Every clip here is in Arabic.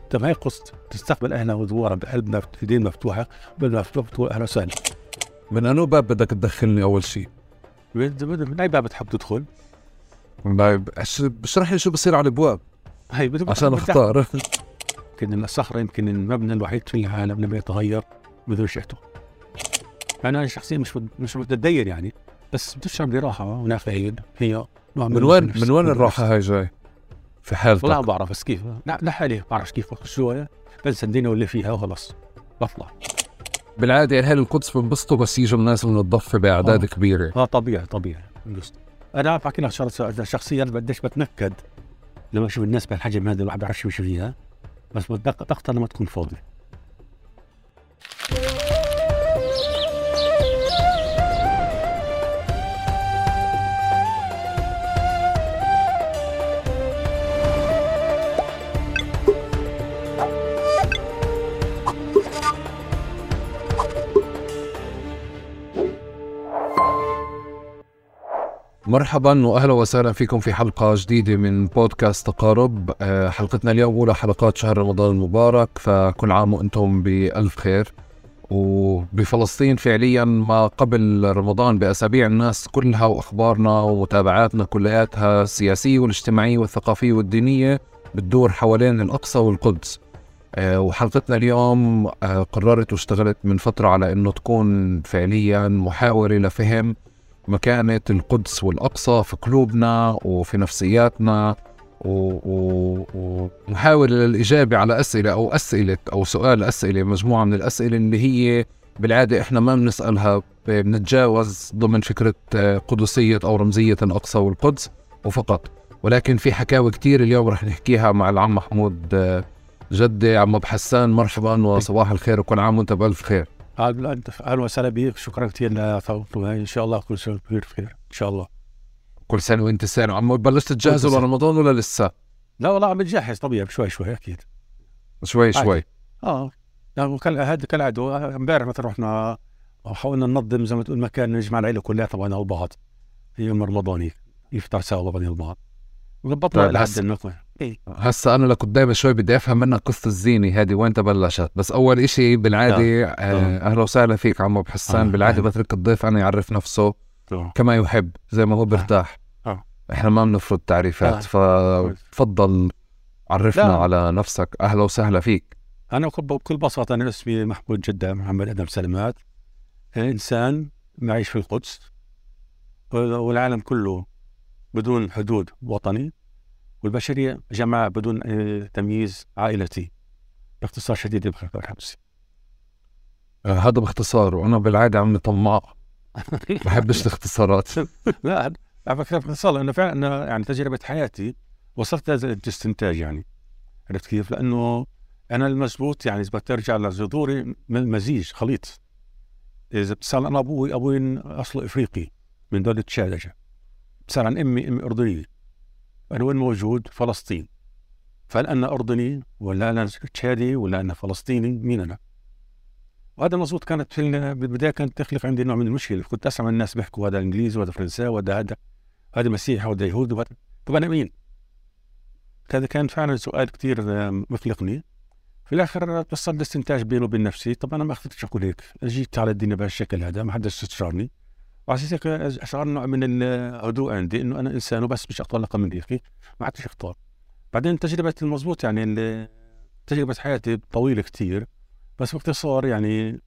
طب هي قصة تستقبل أهلنا وزوارا بقلبنا بإيدين مفتوحة، بدنا مفتوحة أهلا وسهلا. من أنو باب بدك تدخلني أول شيء؟ من أي باب بتحب تدخل؟ اشرح لي شو بصير على الأبواب هي عشان أختار. يمكن الصخرة، يمكن المبنى الوحيد في العالم لم يتغير منذ نشأته. أنا شخصيا مش متدين يعني، بس بتشعر براحة ونافعين. هي نوع من وين الراحة هاي جاي في حالتك؟ والله ما بعرف، بس كيف لحالي بعرف كيف شوية بس الدنيا واللي فيها وخلص بطلع. بالعادة يعني أهل القدس بنبسطوا بس يجوا الناس من الضفة بأعداد كبيرة. طبيعي أنا عارف أحكي لك شخصيا بديش بتنكد لما أشوف الناس بهالحجم هذا، الواحد بيعرفش شو فيها، بس بتقطع لما تكون فاضي. مرحبا وأهلا وسهلا فيكم في حلقة جديدة من بودكاست تقارب. حلقتنا اليوم أولى حلقات شهر رمضان المبارك، فكل عام وأنتم بألف خير. وبفلسطين فعليا ما قبل رمضان بأسابيع الناس كلها وأخبارنا ومتابعاتنا كلياتها السياسية والاجتماعية والثقافية والدينية بتدور حوالين الأقصى والقدس. وحلقتنا اليوم قررت واشتغلت من فترة على أنه تكون فعليا محاورة لفهم مكانة القدس والأقصى في قلوبنا وفي نفسياتنا، ومحاولة للإجابة على أسئلة أو سؤال أسئلة، مجموعة من الأسئلة اللي هي بالعادة إحنا ما بنسألها، بنتجاوز ضمن فكرة قدسية أو رمزية الأقصى والقدس وفقط. ولكن في حكاوي كتير اليوم رح نحكيها مع العم محمود جدي. عم أبو حسان مرحبا وصباح الخير وكل عام وأنت بألف خير. أهلا وسهلا بك، شكرا كثير لتوقيتكم. إن شاء الله كل سنة بخير إن شاء الله. كل سنة وأنت سنة. عم بلشت تجهزوا لرمضان ولا لسه؟ لا والله عم بتجهز طبيعي شوي أكيد شوي. يعني هذا كالعادة. امبارح مثلا رحنا وحاولنا ننظم زي ما تقول مكان نجمع العيلة كلها طبعا على بعض في يوم رمضاني، يفطر سوا بين البعض وضبطنا طيب لحد المكان. هسا أنا لقدام شوي بدي أفهم منك قصة الزينة هذه وين بلشت. بس أول إشي بالعادة أهلا وسهلا فيك عم أبو حسان. بالعادة بترك الضيف أنا يعرف نفسه كما يحب زي ما هو برتاح. إحنا ما بنفرض تعريفات، فتفضل عرفنا على نفسك. أهلا وسهلا فيك. أنا بكل بساطة أنا اسمي محمود جدة محمد أدم سلمات، إنسان معيش في القدس والعالم كله بدون حدود وطني، والبشرية جماعة بدون تمييز عائلتي. باختصار شديد بحبسي. هذا باختصار، وأنا بالعادة عمي طماع بحبش الاختصارات. لا على فكرة باختصار، لأنه فعلا أنا يعني تجربة حياتي وصلت هذا الاستنتاج. يعني عرفت كيف؟ لأنه أنا المزبوط يعني إذا بترجع لجذوري مزيج خليط. إذا بتسأل أنا أبوي أصله إفريقي من دولة تشاد. بتسأل عن أمي أردنية. أنا وين موجود؟ فلسطين. فهل أنا أردني ولا أنا تشادي ولا أنا فلسطيني؟ مين أنا؟ وهذا مزبوط. كانت في البداية كانت تخلق عندي نوع من المشكلة. كنت أسمع الناس بيحكوا هذا إنجليزي وهذا فرنساوي وهذا هذا مسيحي وهذا يهودي طب أنا مين؟ هذا كان فعلا سؤال كتير مقلقني. في الآخر وصلت لاستنتاج بيني وبين نفسي، طب أنا ما أخذتش أقول هيك، جيت على الدنيا بهالشكل هذا، ما حدش استشارني، وعسيت هيك أشعر نوع من الهدوء عندي إنه أنا إنسان وبس مش أطلق من هيك، ما عدتش أختار. بعدين تجربة المضبوط يعني تجربة حياتي طويلة كتير، بس باختصار يعني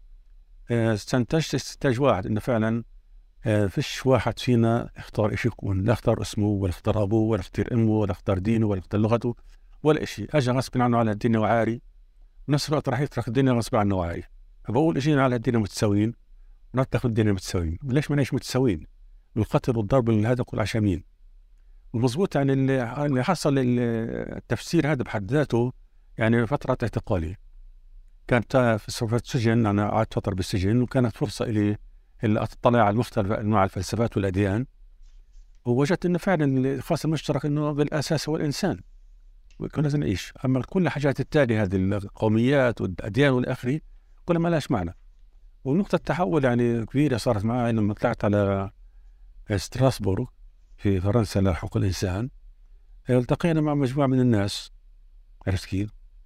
استنتجت استنتاج واحد إنه فعلا فيش واحد فينا اختار إشي يكون، لا اختار اسمه ولا اختار أبوه ولا اختار أمه ولا اختار دينه ولا اختار لغته ولا إشي. أجا غصب عنه على الدنيا وعاري، ونفس الوقت راح يترك الدنيا غصب عنه وعاري. فبقول اجينا على الدنيا متساويين ونتخذ الدنيا متساويين. ليش ما نعيش متساويين؟ بالقتل والضرب والهدق والعشمين. ومضبوط يعني اللي حصل التفسير هذا بحد ذاته يعني فترة اعتقالي كانت في السجن. أنا قعدت فترة بالسجن وكانت فرصة إلي أطلع على مختلف أنواع الفلسفات والأديان، ووجدت إنه فعلا الخاص المشترك إنه بالأساس هو الإنسان وكنا لازم نعيش. أما كل الحاجات التالية هذه القوميات والأديان والآخري كلها ما لهاش معنى. ونقطة تحول يعني كبيرة صارت معي لما طلعت على ستراسبورغ في فرنسا لحقوق الإنسان. التقينا مع مجموعة من الناس، عرفت كيف؟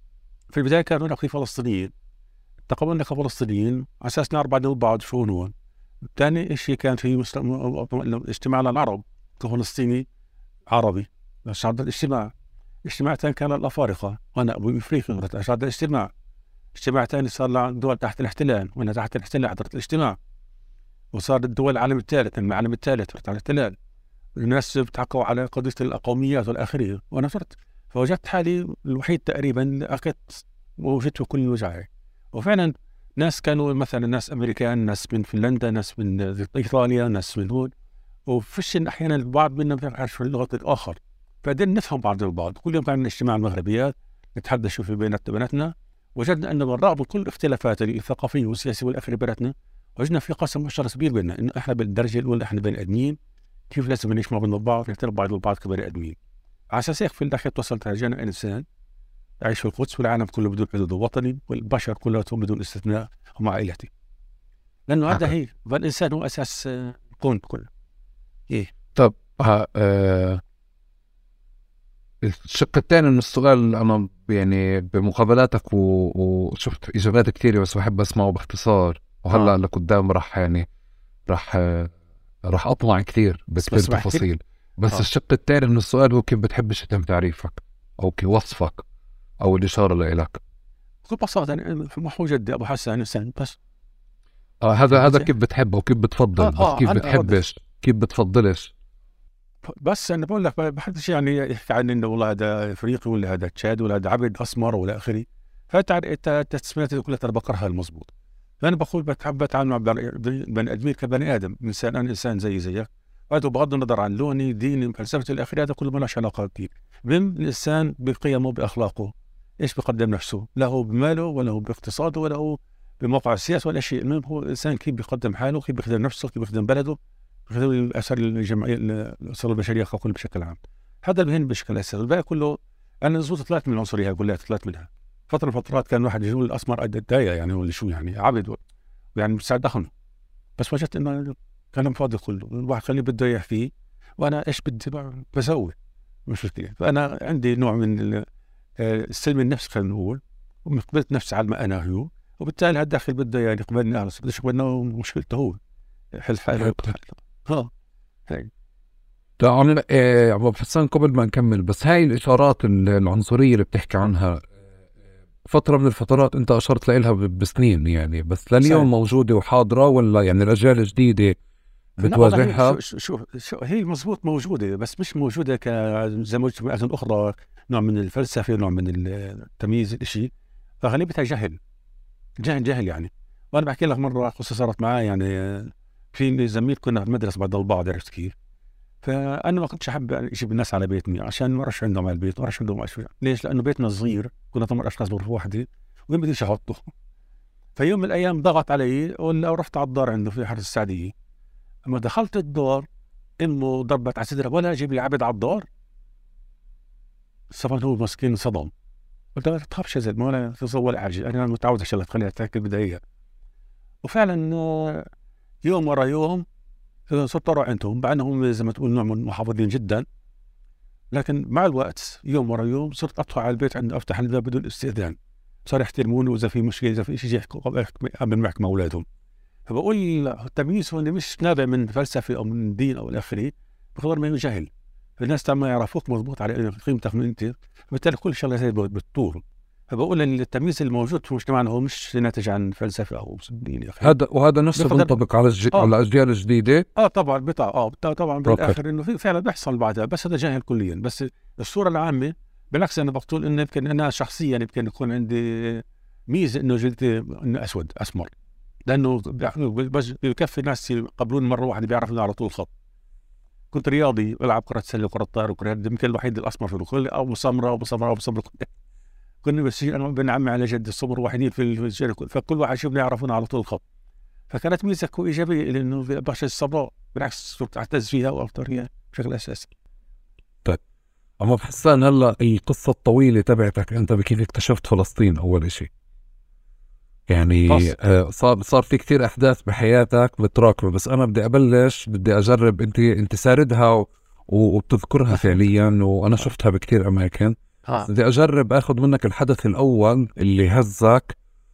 في البداية كانوا هناك في فلسطينيين، تقبلنا كفلسطينيين على أساس نعرف بعض البعض شو هو. ثاني شيء كان في اجتماع للعرب كفلسطيني عربي، بس هذا اجتماع ثاني كان الأفارقة وأنا أبو إفريقيا، هذا اجتماع ثاني صار لدول تحت الاحتلال وأنا تحت الاحتلال حضرت الاجتماع. وصار الدول العالم الثالث، العالم الثالث رحت على الاحتلال، الناس بتحكوا على قضية القوميات والآخرية وأنا صرت، فوجدت حالي الوحيد تقريبا أكدت ووجدت كل وجعي. وفعلا ناس كانوا مثلا ناس أمريكان، ناس من فنلندا، ناس من إيطاليا، ناس من هون، وفيش أحيانا البعض منا ما بيعرف اللغة الآخر، فقدرنا نفهم بعض البعض. كل يوم كان اجتماع المغربيات نتحدث في بيناتنا، وجدنا أن بالرغم من كل الاختلافات الثقافية والسياسية والآخرة بيناتنا، وجدنا في قسم مشترك كبير بيننا، إنه إحنا بالدرجة الأولى إحنا بني آدمين، كيف لازم نعيش مع بعض، نحترم بعض البعض كبني آدمين. على أساس هيك في الأخير توصلت رجعنا إنسان أعيش في القدس والعالم كله بدون حدود وطني، والبشر كلهم بدون استثناء هم عائلتي، لأنه هذا هي، فالإنسان هو أساس الكون كله. إيه. طب الشق الثاني من السؤال، أنا يعني بمقابلاتك وشفت إجابات كثيرة بس بحب أسمعه باختصار، وهلأ لقدام راح أطمع كثير بكثير تفاصيل. بس الشق الثاني من السؤال هو كيف بتحبش يتم تعريفك أو كيف وصفك أو الإشارة لإلك؟ بكل بساطة يعني محو جدي أبو حسن إنسان بس. هذا كيف بتحبه وكيف بتفضل، بس كيف بتحبش كيف بتفضلش؟ بس أنا بقول لك ما حدش يعني يحكي عن إنه والله هذا إفريقي ولا هذا تشاد ولا هذا عبد أسمر ولا آخره، فأنت التسميات كلها ترى بكرهها المضبوط. فأنا بقول بتحب أتعامل مع بني آدمين كبني آدم، إنسان أنا إنسان زيك، وهذا بغض النظر عن لوني ديني فلسفتي الآخرة، هذا كله ما له علاقة كثير. المهم الإنسان بقيمه بأخلاقه، إيش بيقدم نفسه، لا هو بماله ولا هو باقتصاده ولا هو بموقع السياسة ولا شيء. المهم هو الإنسان كيف بيقدم حاله، كيف بيخدم نفسه، كيف بيخدم بلده، بيخدم الأسر الجمعية، الأسر البشرية ككل بشكل عام. هذا المهم بشكل أساسي. الباقي كله أنا زبط طلعت من العنصرية كلها، طلعت منها. فترة فترات كان واحد يقول الأسمر قد الداية يعني ولا شو يعني عبد يعني بتساعد دخنه، بس وجدت إنه كلام فاضي كله، الواحد خليه بده يحكيه وأنا إيش بدي بسوي، مش مشكلة. فأنا عندي نوع من السلم النفس خلينا نقول، ومقبلت نفسي على ما أنا هو، وبالتالي هالداخل بده يعني يقبلني أنا، بدش يقبلنا مشكلته هو حل حاله. هاي طبعا عم حسان قبل ما نكمل، بس هاي الإشارات العنصرية اللي بتحكي عنها فترة من الفترات أنت أشرت لها بسنين يعني، بس لليوم موجودة وحاضرة ولا يعني الأجيال الجديدة بتواجهها؟ شو هي مزبوط موجودة، بس مش موجودة زي ما قلت بأذن أخرى، نوع من الفلسفة، نوع من التمييز الإشي، فغالبيتها جهل يعني. وأنا بحكي لك مرة قصة صارت معي، يعني في زميل كنا في المدرسة بعد البعض، عرفت كيف؟ فأنا ما كنتش أحب أجيب الناس على بيتي عشان ما أرش عندهم على البيت، ما أرش عندهم أشياء. ليش؟ لأنه بيتنا صغير، كنا 8 أشخاص بغرفة واحدة، وين بديش أحطه. فيوم من الأيام ضغط علي ورحت على الدار عنده في حارة السعدية. أما دخلت الدار أمه ضربت على صدرها، ولا أجيب لي عبد على الدار. صفن هو مسكين صدم. قلت له تخافش يا زلمة ولا تصور ولا حاجة، أنا متعود عشان تخليها تحكي بداية. وفعلا يوم ورا يوم صرت أروح عندهم، مع أنهم زي ما تقول نوع من محافظين جدا، لكن مع الوقت يوم ورا يوم صرت أدخل على البيت عنده، أفتح الباب بدون استئذان، صار يحترموني، وإذا في مشكلة إذا في شيء يحكوا قبل ما يحكوا مع أولادهم. فبقول التمييز هو مش نابع من فلسفة أو من دين أو الآخرين، بقدر ما جهل. فالناس ما يعرفوك مضبوط على قيمتك من أنت، بالتالي كل شغلة زي بالطول. فبقول ان التمييز الموجود في مجتمعنا هو مش ناتج عن فلسفه او دين يا اخي. وهذا نفسه بينطبق على الاجيال الجديده. طبعا طبعا بالاخر انه في فعلا بيحصل بعدها، بس هذا جاهل كليا. بس الصوره العامه بالعكس، انا بقول انه يمكن انا شخصيا يمكن يكون عندي ميزه انه جلدي انه اسود اسمر، لانه بكفي الناس يقبلون مره واحده بيعرفوا على طول الخط. كنت رياضي بلعب كره سله وكره طائره وكره يد، يمكن الوحيد الاسمر في الكل، او سمراء كنا بس انا بن عمي على جد الصبر وحيدين في الشركه، فكل واحد يشوفنا يعرفون على طول الخط. فكانت ميزه ايجابيه لانه بشر الصبراء بالعكس صرت اعتز فيها واختارها بشكل اساسي. طيب عم حسان، هلا القصه الطويله تبعتك انت بكيف اكتشفت فلسطين اول شيء، يعني صار في كثير احداث بحياتك متراكمه، بس انا بدي اجرب انت ساردها وبتذكرها فعليا، وانا شفتها بكثير اماكن. بدي أجرب أخذ منك الحدث الأول اللي هزك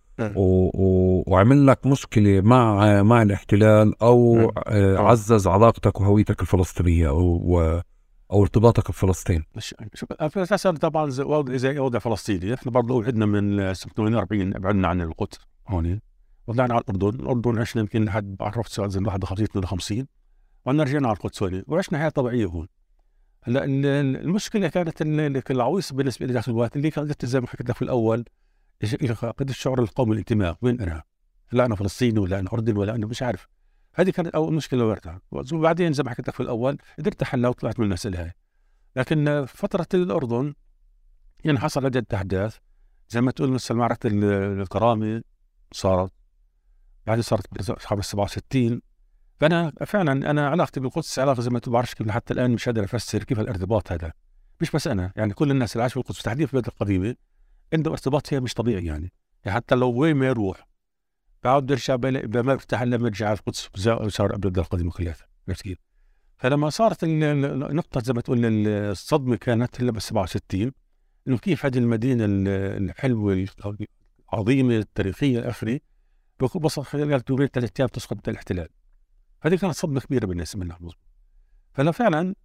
وعمل لك مشكلة مع الاحتلال أو عزز علاقتك وهويتك الفلسطينية أو ارتباطك بفلسطين. شوف أساسا طبعا زي وضع فلسطيني، إحنا برضه عندنا من 48 بعدنا عن القدس هون، وطلعنا على الأردن عشنا يمكن لحد عرفت سنة 51 وعنا رجعنا على القدس هون وعشنا حياة طبيعية هون. هلا المشكلة كانت العويصة بالنسبة لي داخل الوقت اللي كانت زي ما حكيت لك في الأول، قد الشعور القومي الانتماء، وين أنا؟ لا أنا فلسطيني ولا أنا أردني ولا أنا مش عارف. هذه كانت أول مشكلة وقتها، وبعدين زي ما حكيت لك في الأول قدرت أحلها وطلعت من المسألة هاي. لكن فترة الأردن يعني حصل عدة أحداث زي ما تقول مثل معركة الكرامة صارت، بعدين صارت حرب 67. فأنا فعلا أنا علاقتي بالقدس علاقة زي ما تقول بعرفش كيف لحتى الآن مش قادر أفسر كيف الارتباط هذا. مش بس أنا، يعني كل الناس اللي عايشة في القدس تحديدا في البلاد القديمة عنده ارتباط فيها مش طبيعي يعني حتى لو وين ما يروح بعد يرجع ما يرتاح لما يرجع على القدس وصار البلاد القديمة كلها. كيف؟ فلما صارت النقطة زي ما تقول الصدمة كانت هلا بال 67 إنه كيف هذه المدينة الحلوة العظيمة التاريخية الأخرى بكون بس خلال 3 أيام تسقط من الاحتلال. هذه كانت صدمة كبيرة بالنسبة لنا. فأنا فعلا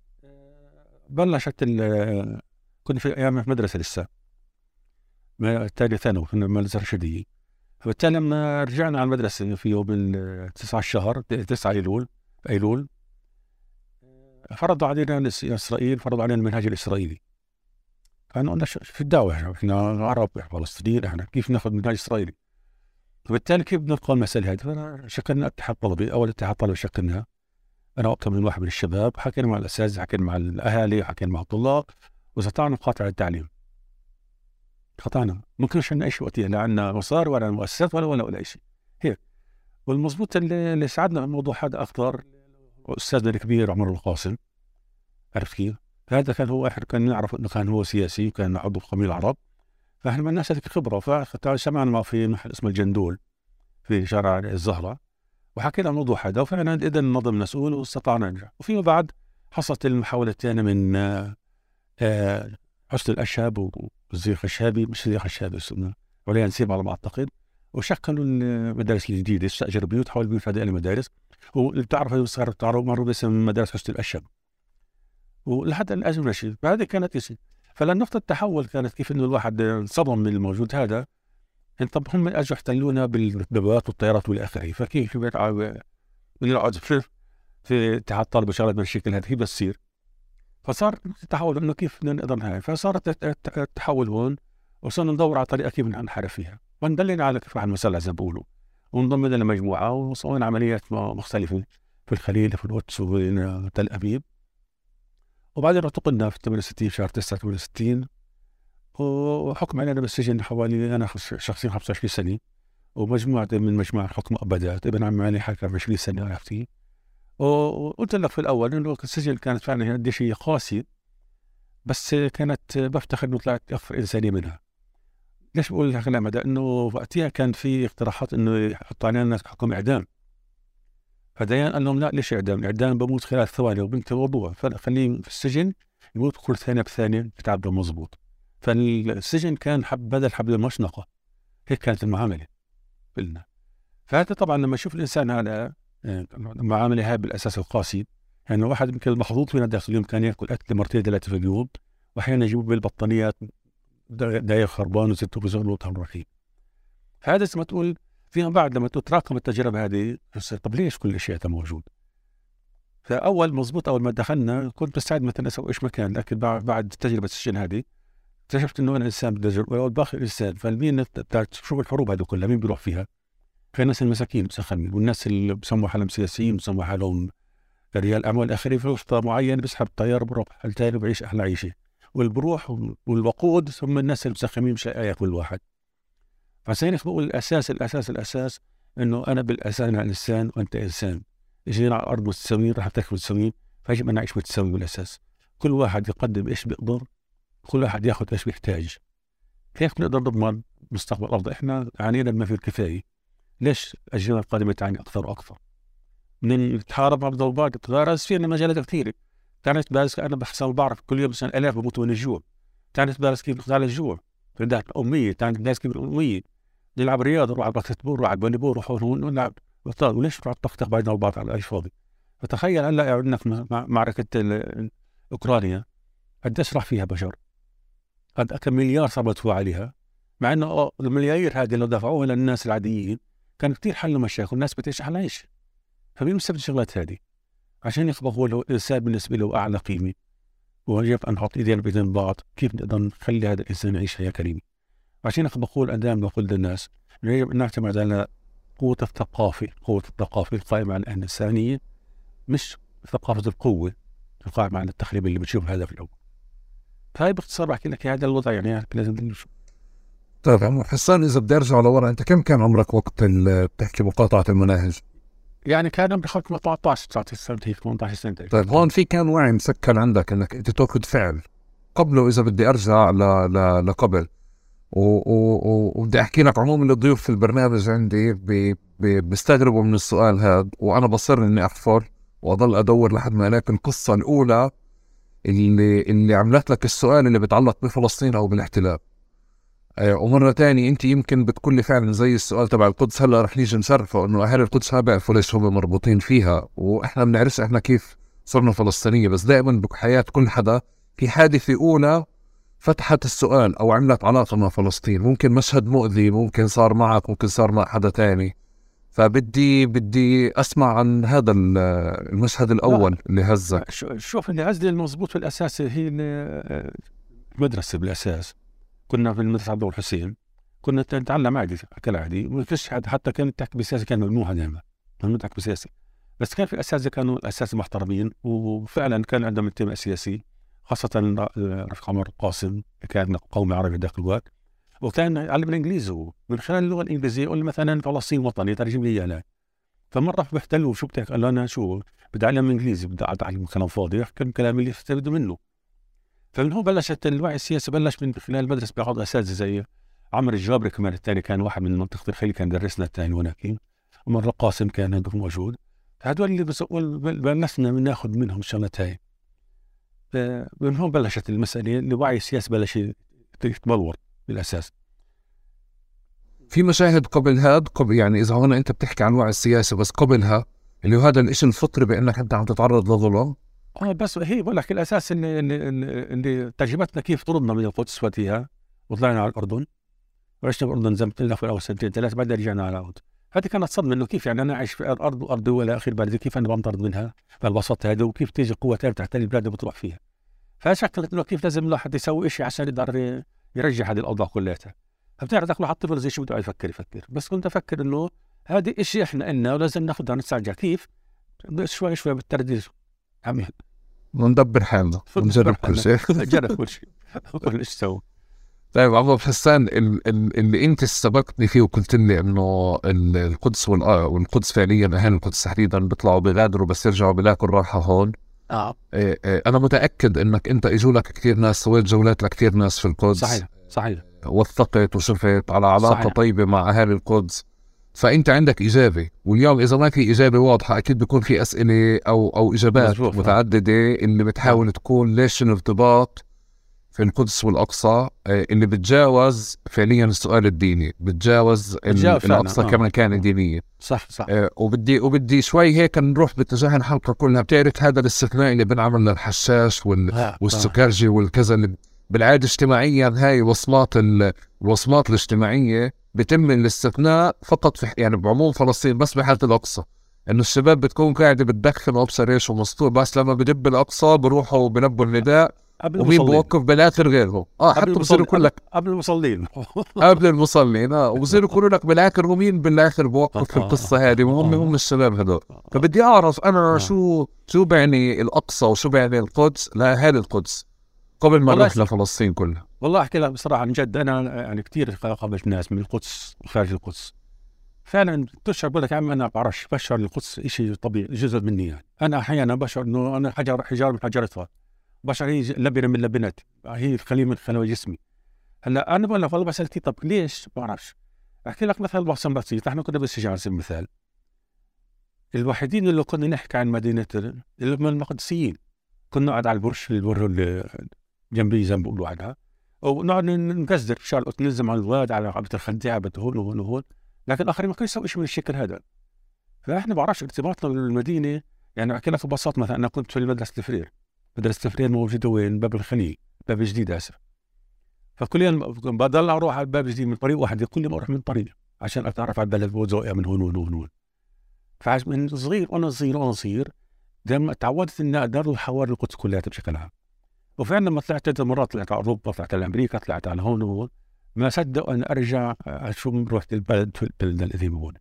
بلشت كنا في أيام مدرسة لسه تاني ثانوي كنا مدرسة رشيدية. فبالتالي لما رجعنا على المدرسة في يوم 9 الشهر 9 أيلول فرضوا علينا إسرائيل، فرضوا علينا المنهج الإسرائيلي. فأنا قلنا في الدعوة إحنا عرب فلسطينيين، إحنا كيف ناخذ منهج إسرائيلي؟ فبالتالي كيف بنلقى المسألة هذه؟ فأنا شكلنا اتحاد طلبي، أول اتحاد طلبي شكلناه أنا وقتها من واحد من الشباب، حكينا مع الأساتذة، حكينا مع الأهالي، حكينا مع الطلاب، واستطعنا نقاطع التعليم. قطعنا، ممكن عشان أي شيء وقتها، لا عندنا مصاري ولا مؤسسات ولا أي شيء هيك. والمضبوط اللي ساعدنا بالموضوع هذا أكثر أستاذنا الكبير عمر القاسم، عرفت كيف؟ فهذا كان هو احنا كان نعرف انه كان هو سياسي وكان عضو في قميل العرب، فاحنا من الناس هذيك خبره. فسمعنا في محل اسمه الجندول في شارع الزهره وحكينا الموضوع هذا، وفعلا قدرنا ننظم مسؤول واستطعنا ننجح. وفيما بعد حصلت المحاوله الثانيه من حسن الاشهب وزي خشابي، مش زي خشابي اسمه عليا نسيب على ما اعتقد، وشكلوا المدارس الجديده، استاجروا بيوت، حول بيوت هذه المدارس، واللي بتعرفوا صاروا معروف باسم مدارس حسن الاشهب، ولحد الآن أجل رشيد. فهذه كانت شيء. فلنقطة التحول كانت كيف إنه الواحد انصدم من الموجود هذا. طب هم أجوا احتلونا بالدبابات والطيارات والى آخره، فكيف بنقعد في اتحاد طلبة شغلات من الشكل هذا كيف بتصير؟ فصار التحول إنه كيف نقدر هاي. فصارت التحول هون، وصرنا ندور على طريقة كيف ننحرف فيها، وندلنا على كيف راح المسألة زي ما بقولوا، ونضم لنا مجموعة وصوينا عمليات مختلفة في الخليل، في القدس، وفي تل أبيب. وبعدين اعتقلنا في 68 شهر 9 68، وحكم علينا بالسجن حوالي أنا شخصيا 25 سنة، ومجموعة من مجموعة حكم مؤبدات. ابن عمي علي حكم 20 سنة عرفتي. وقلت لك في الأول إنه السجن كانت فعلا قد شيء قاسي، بس كانت بفتخر إنه طلعت أكثر إنسانية منها. ليش بقول لك الكلام هذا؟ إنه وقتها كان في اقتراحات إنه يحط علينا حكم إعدام. فديان قال لهم لا، ليش إعدام؟ الإعدام بموت خلال ثواني وبنت الموضوع، فخليه في السجن يموت كل ثانية بثانية بتعبه مضبوط. فالسجن كان بدل حبل المشنقة، هيك كانت المعاملة قلنا. فهذا طبعا لما يشوف الإنسان هذا المعاملة هاي بالأساس القاسي، يعني واحد يمكن المحظوظ فينا داخل اليوم كان يأكل أكل مرتين 3 في اليوم، وأحيانا يجيبوا بالبطانيات داير خربان وزيتوا بزغل وطعم رخيص. فهذا زي ما تقول فيما بعد لما تتراكم التجربة هذه، طب ليش كل الشيء هذا موجود؟ فأول مضبوط أول ما دخلنا كنت مستعد مثلا أسوي إيش مكان، لكن بعد تجربة السجن هذه اكتشفت إنه أنا إنسان بدي أجرب والباقي إنسان. فالمين بتاعت شوف الحروب هذه كلها مين بيروح فيها؟ في الناس المساكين مسخنين، والناس اللي بسموا حالهم سياسيين بسموا حالهم رجال أعمال آخرين في وسط معين، بيسحب طيار بروح محل تاني وبيعيش أحلى عيشة، والبروح والوقود ثم الناس المسخمين مش لاقي كل واحد. فعشان بقول الأساس إنه أنا بالأساس أنا إنسان وأنت إنسان، جينا على الأرض متساويين، راح تاكل متساويين، فيجب أن نعيش متساوي بالأساس. كل واحد يقدم إيش بيقدر، كل واحد ياخذ إيش بيحتاج. كيف نقدر نضمن مستقبل أفضل؟ إحنا عانينا بما فيه الكفاية، ليش الأجيال القادمة تعاني أكثر وأكثر؟ من نتحارب مع الضوابط تتغارز فينا مجالات كثيرة. كانت بس أنا بحسب بعرف كل يوم مثلا 1000 بموتوا من الجوع، كانت درس كيف نقضي على الجوع، فردات أمية، كانت درس كيف أمية، نلعب رياضة، نروح على الباسكت بول، نروح على الفولي بول، نروح ونلعب بطال، وليش نروح نطخطخ بعضنا البعض على أي فاضي. فتخيل هلا عندنا في معركة أوكرانيا قديش راح فيها بشر، قد كم مليار صار مدفوع عليها، مع انه المليارير هذه لو دفعوها للناس العاديين كان كتير حلوا مشاكل والناس بتعيش على عيش. فمين مسبب الشغلات هذه؟ عشان يخبط هو الإنسان بالنسبة له أعلى قيمة، ويجب أن نحط إيدينا بإيدين بعض كيف نقدر نخلي هذا الإنسان يعيش حياة كريمة. عشان بقول أنا بقول للناس يجب أن نعتمد على قوة الثقافة القائمة على الإنسانية، مش ثقافة القوة القائمة على التخريب اللي بتشوف الهدف الأول. فهي باختصار بحكي لك هذا الوضع، يعني لازم نشوف. طيب عمو حسان، إذا بدي أرجع لورا، أنت كم كان عمرك وقت بتحكي مقاطعة المناهج؟ يعني كان عمري 18 سنة، 18 سنة. طيب هون في كان وعي مسكن عندك انك انت تاخذ فعل قبله. اذا بدي ارجع لقبل وبدي احكي لك، عموما الضيوف في البرنامج عندي بيستغربوا من السؤال هذا، وانا بصر اني احفر واضل ادور لحد ما الاقي القصه الاولى اللي عملت لك السؤال اللي بيتعلق بفلسطين او بالاحتلال. ومرة تاني انت يمكن بتقول لي فعلا زي السؤال تبع القدس، هلا رح نيجي نشرفه انه اهل القدس ما بيعرفوا ليش هم مربوطين فيها، واحنا بنعرفش احنا كيف صرنا فلسطينية. بس دائما بحياة كل حدا في حادثة اولى فتحت السؤال او عملت علاقة مع فلسطين، ممكن مشهد مؤذي، ممكن صار معك، ممكن صار مع حدا تاني. فبدي اسمع عن هذا المشهد الاول اللي هزك. شوف، اللي هزني المضبوط في الاساس هي المدرسة. بالاساس كنا في المدرسة عبد الحسين، كنا نتعلم عادي كالعادي، ومفيش حتى كانت تحكي بسياسة كان ممنوع دائما، ممنوع تحكي بسياسة. بس كان في الأساتذة كانوا الأساتذة محترمين، وفعلا كان عندهم انتماء سياسي، خاصة رفيق عمر القاسم كان قومي عربي ذاك الوقت، وكان يعلم الإنجليزي، ومن خلال اللغة الإنجليزية يقول مثلا فلسطين وطني، ترجم لي أنا. فمرة بحتلوا شو بتحكي؟ قال له أنا شو بدي أعلم إنجليزي، بدي أتعلم كلام فاضي، كان كلام اللي يستفيدوا منه. فمن هون بلشت الوعي السياسي، بلش من خلال المدرسة ببعض أساتذة زي عمر الجابري، كمان الثاني كان واحد من منطقة الخليل، كان درسنا الثاني هناك، ومرة قاسم كان هذا موجود. هدول اللي بلشنا ناخذ منهم الشغلات هاي. من هون بلشت المسألة، الوعي السياسي بلش يتبلور بالأساس. في مشاهد قبل يعني إذا هون أنت بتحكي عن الوعي السياسي، بس قبلها اللي هو هذا الإشي الفطري بأنك أنت عم تتعرض لظلم. بس هي بقول لك الأساس اللي تجربتنا كيف طردنا من القدس وقتها وطلعنا على الأردن، وعشنا بالأردن زي ما قلت لك في أول سنتين ثلاث، بعدين رجعنا على الأردن. هذه كانت صدمة، إنه كيف يعني أنا عايش في أرض ولا آخر بلد، كيف أنا بنطرد منها بالبساطة هذا، وكيف تيجي قوة ثانية تحتل البلاد اللي بتروح فيها. فشكلت إنه كيف لازم الواحد يسوي شيء عشان يقدر يرجع هذه الأوضاع كلها. فبتعرف ذاك الواحد طفل زي شو بده يفكر. بس كنت أفكر إنه هذه إشي إحنا إلنا ولازم ناخذها ونسترجع. كيف؟ شوي شوي بالترديد عم وندبر حالنا ونجرب كل شيء. نجرب كل شيء كل إيش سوي. طيب عمو حسان، اللي انت سبقتني فيه وقلت لي انه القدس والقدس فعليا اهل القدس تحديدا بيطلعوا بيغادروا بس يرجعوا بلاقوا الراحه هون. انا متاكد انك انت اجوا لك كثير ناس، سويت جولات لكثير ناس في القدس. صحيح. وثقت وشفت على علاقه صحيح. طيبه مع اهل القدس، فانت عندك اجابه. واليوم اذا ما في اجابه واضحه اكيد بيكون في اسئله او اجابات متعدده اللي بتحاول تكون ليش الارتباط في القدس والأقصى اللي بتجاوز فعليا السؤال الديني، بتجاوز الأقصى كمكانة دينية. صح. وبدي شوي هيك نروح باتجاه الحلقة كلها. بتعرف هذا الاستثناء اللي بنعمل للحشاش والسكرجي والكذا، اللي بالعادة اجتماعيا هاي الوصمات الاجتماعية بتم الاستثناء فقط في يعني بعموم فلسطين، بس بحالة الأقصى إنه الشباب بتكون قاعدة بتدخن وابصر ايش ومسطور، بس لما بدب الأقصى بروحوا بنبوا النداء ومين بوقف بالاخر غيرهم. حتى بصيروا يقول لك قبل المصلين قبل المصلين. وبصيروا يقولوا لك بالاخر ومين بالاخر بوقف في القصه هذه، وهم الشباب هذول. فبدي اعرف انا شو بعني الاقصى وشو بعني القدس لاهل القدس قبل ما نروح لفلسطين كلها. والله احكي لك بصراحه عن جد، انا يعني كثير قابلت ناس من القدس وخارج القدس فعلا تشعر بقول لك يا عم انا بعرفش بشعر القدس شيء طبيعي جزء مني. يعني انا احيانا بشعر انه انا حجار من حجرتها، بشر هي لبنة من لبنات، هي خلية من خلايا جسمي. هلا انا بقول لك والله بسألتي طب ليش؟ ما بعرفش. احكي لك مثل بسيط. نحن كنا بالسجان على سبيل المثال الوحيدين اللي كنا نحكي عن مدينة المقدسيين. كنا قاعد على البر اللي جنبي زي ما بيقولوا عنها، ونقعد نقصدر في شارع نلزم على الواد على عبد الخديعه هون وهون وهون، لكن الاخرين ما كانوا يسووا شيء من الشكل هذا. فاحنا بعرفش ارتباطنا بالمدينه. يعني احكي لك ببساطه، مثلا انا كنت في مدرسه الفرير. مدرسه الفرير موجوده وين؟ باب الخليل، باب جديد هسه. فكل يوم بضل اروح على الباب الجديد من طريق واحد، كل يوم اروح من طريق عشان اتعرف على البلد وزوقها من هون وهون وهون. فمن صغير وانا صغير دائما تعودت اني ادار الحواري القدس كلها بشكل عام. وفعلا لما طلعت 3 مرات، طلعت على اوروبا، طلعت على امريكا، طلعت على هون وهون، ما صدق ان ارجع اشوف رحت البلد القديمه هون.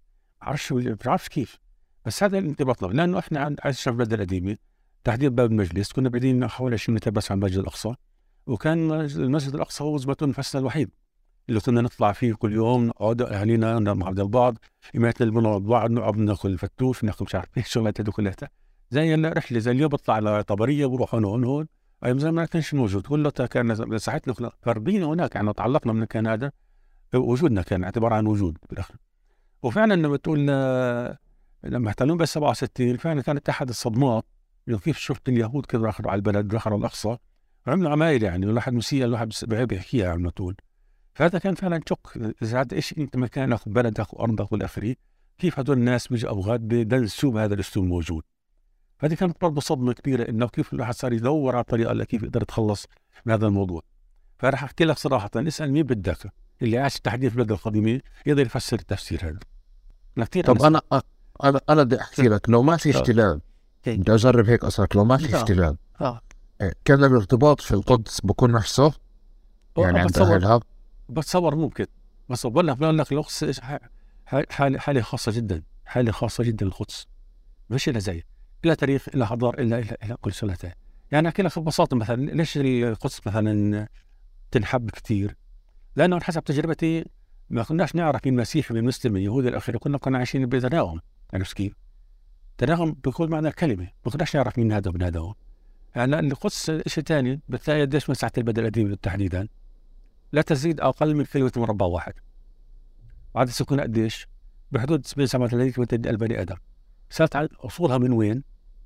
بعرفش كيف، بس هذا الانضباط، لانه احنا عايشين في البلد القديمه تحديد باب المجلس، كنا بعيدين حوالي 20 متر بس عن المسجد الاقصى، وكان المسجد الاقصى هو زبطون نفسنا الوحيد اللي كنا نطلع فيه كل يوم، نقعد اهالينا مع بعض، يمات نلموا بعض، نقعد ناكل فتوش، ناكل مش عارف ايه الشغلات هذول كلها. زي الرحله زي اليوم بطلع على طبريه بروح هون ايام زمان ما كانش موجود، كله كان ساعتنا فربينا هناك، يعني تعلقنا من المكان هذا، وجودنا كان اعتبار عن وجود بالاخر. وفعلا لما تقول لما احتلون بال 67 فعلا كانت احد الصدمات، كيف شفت اليهود كيف دخلوا على البلد، دخلوا الاقصى وعملوا عمايل، يعني الواحد مسيء، الواحد بيحكيها على طول. فهذا كان فعلا شق، اذا هذا ايش انت مكانك وبلدك وارضك والاخرين، كيف هدول الناس بيجوا اوغاد بدنسوا بهذا الاسلوب موجود. هذه كانت برضه صدمه كبيره، انه كيف الواحد صار يدور على طريقه كيف يقدر يتخلص من هذا الموضوع. فراح احكي لك صراحه، اسال مين بدك اللي عاش تحديث البلد القديمه يقدر يفسر التفسير هذا. طب انا بدي احكي لك، لو ما في احتلال، بدي اجرب هيك اسالك، لو ما في احتلال كان الارتباط في القدس بكون نفسه؟ يعني عند اهلها بتصور ممكن، بس بقول لك القدس حاله خاصه جدا، حاله خاصه جدا القدس، مش إلا زي لا تاريخ إلا حضارة إلا كل سنتين. يعني أحكي لك ببساطة، مثلا ليش القدس مثلا تنحب كثير؟ لأنه حسب تجربتي ما كناش نعرف مين مسيحي من مسلم من يهودي الأخير، كنا عايشين بتناغم. يعني كيف؟ تناغم بكل معنى الكلمة، ما كناش نعرف مين هذا ومن هذا هو. يعني القدس شيء ثاني، بتلاقي قديش مساحة البلد القديمة تحديدا لا تزيد أقل من كيلومتر مربع واحد. وعدد السكان قديش؟ بحدود 37 بني آدم. صارت أصولها من وين؟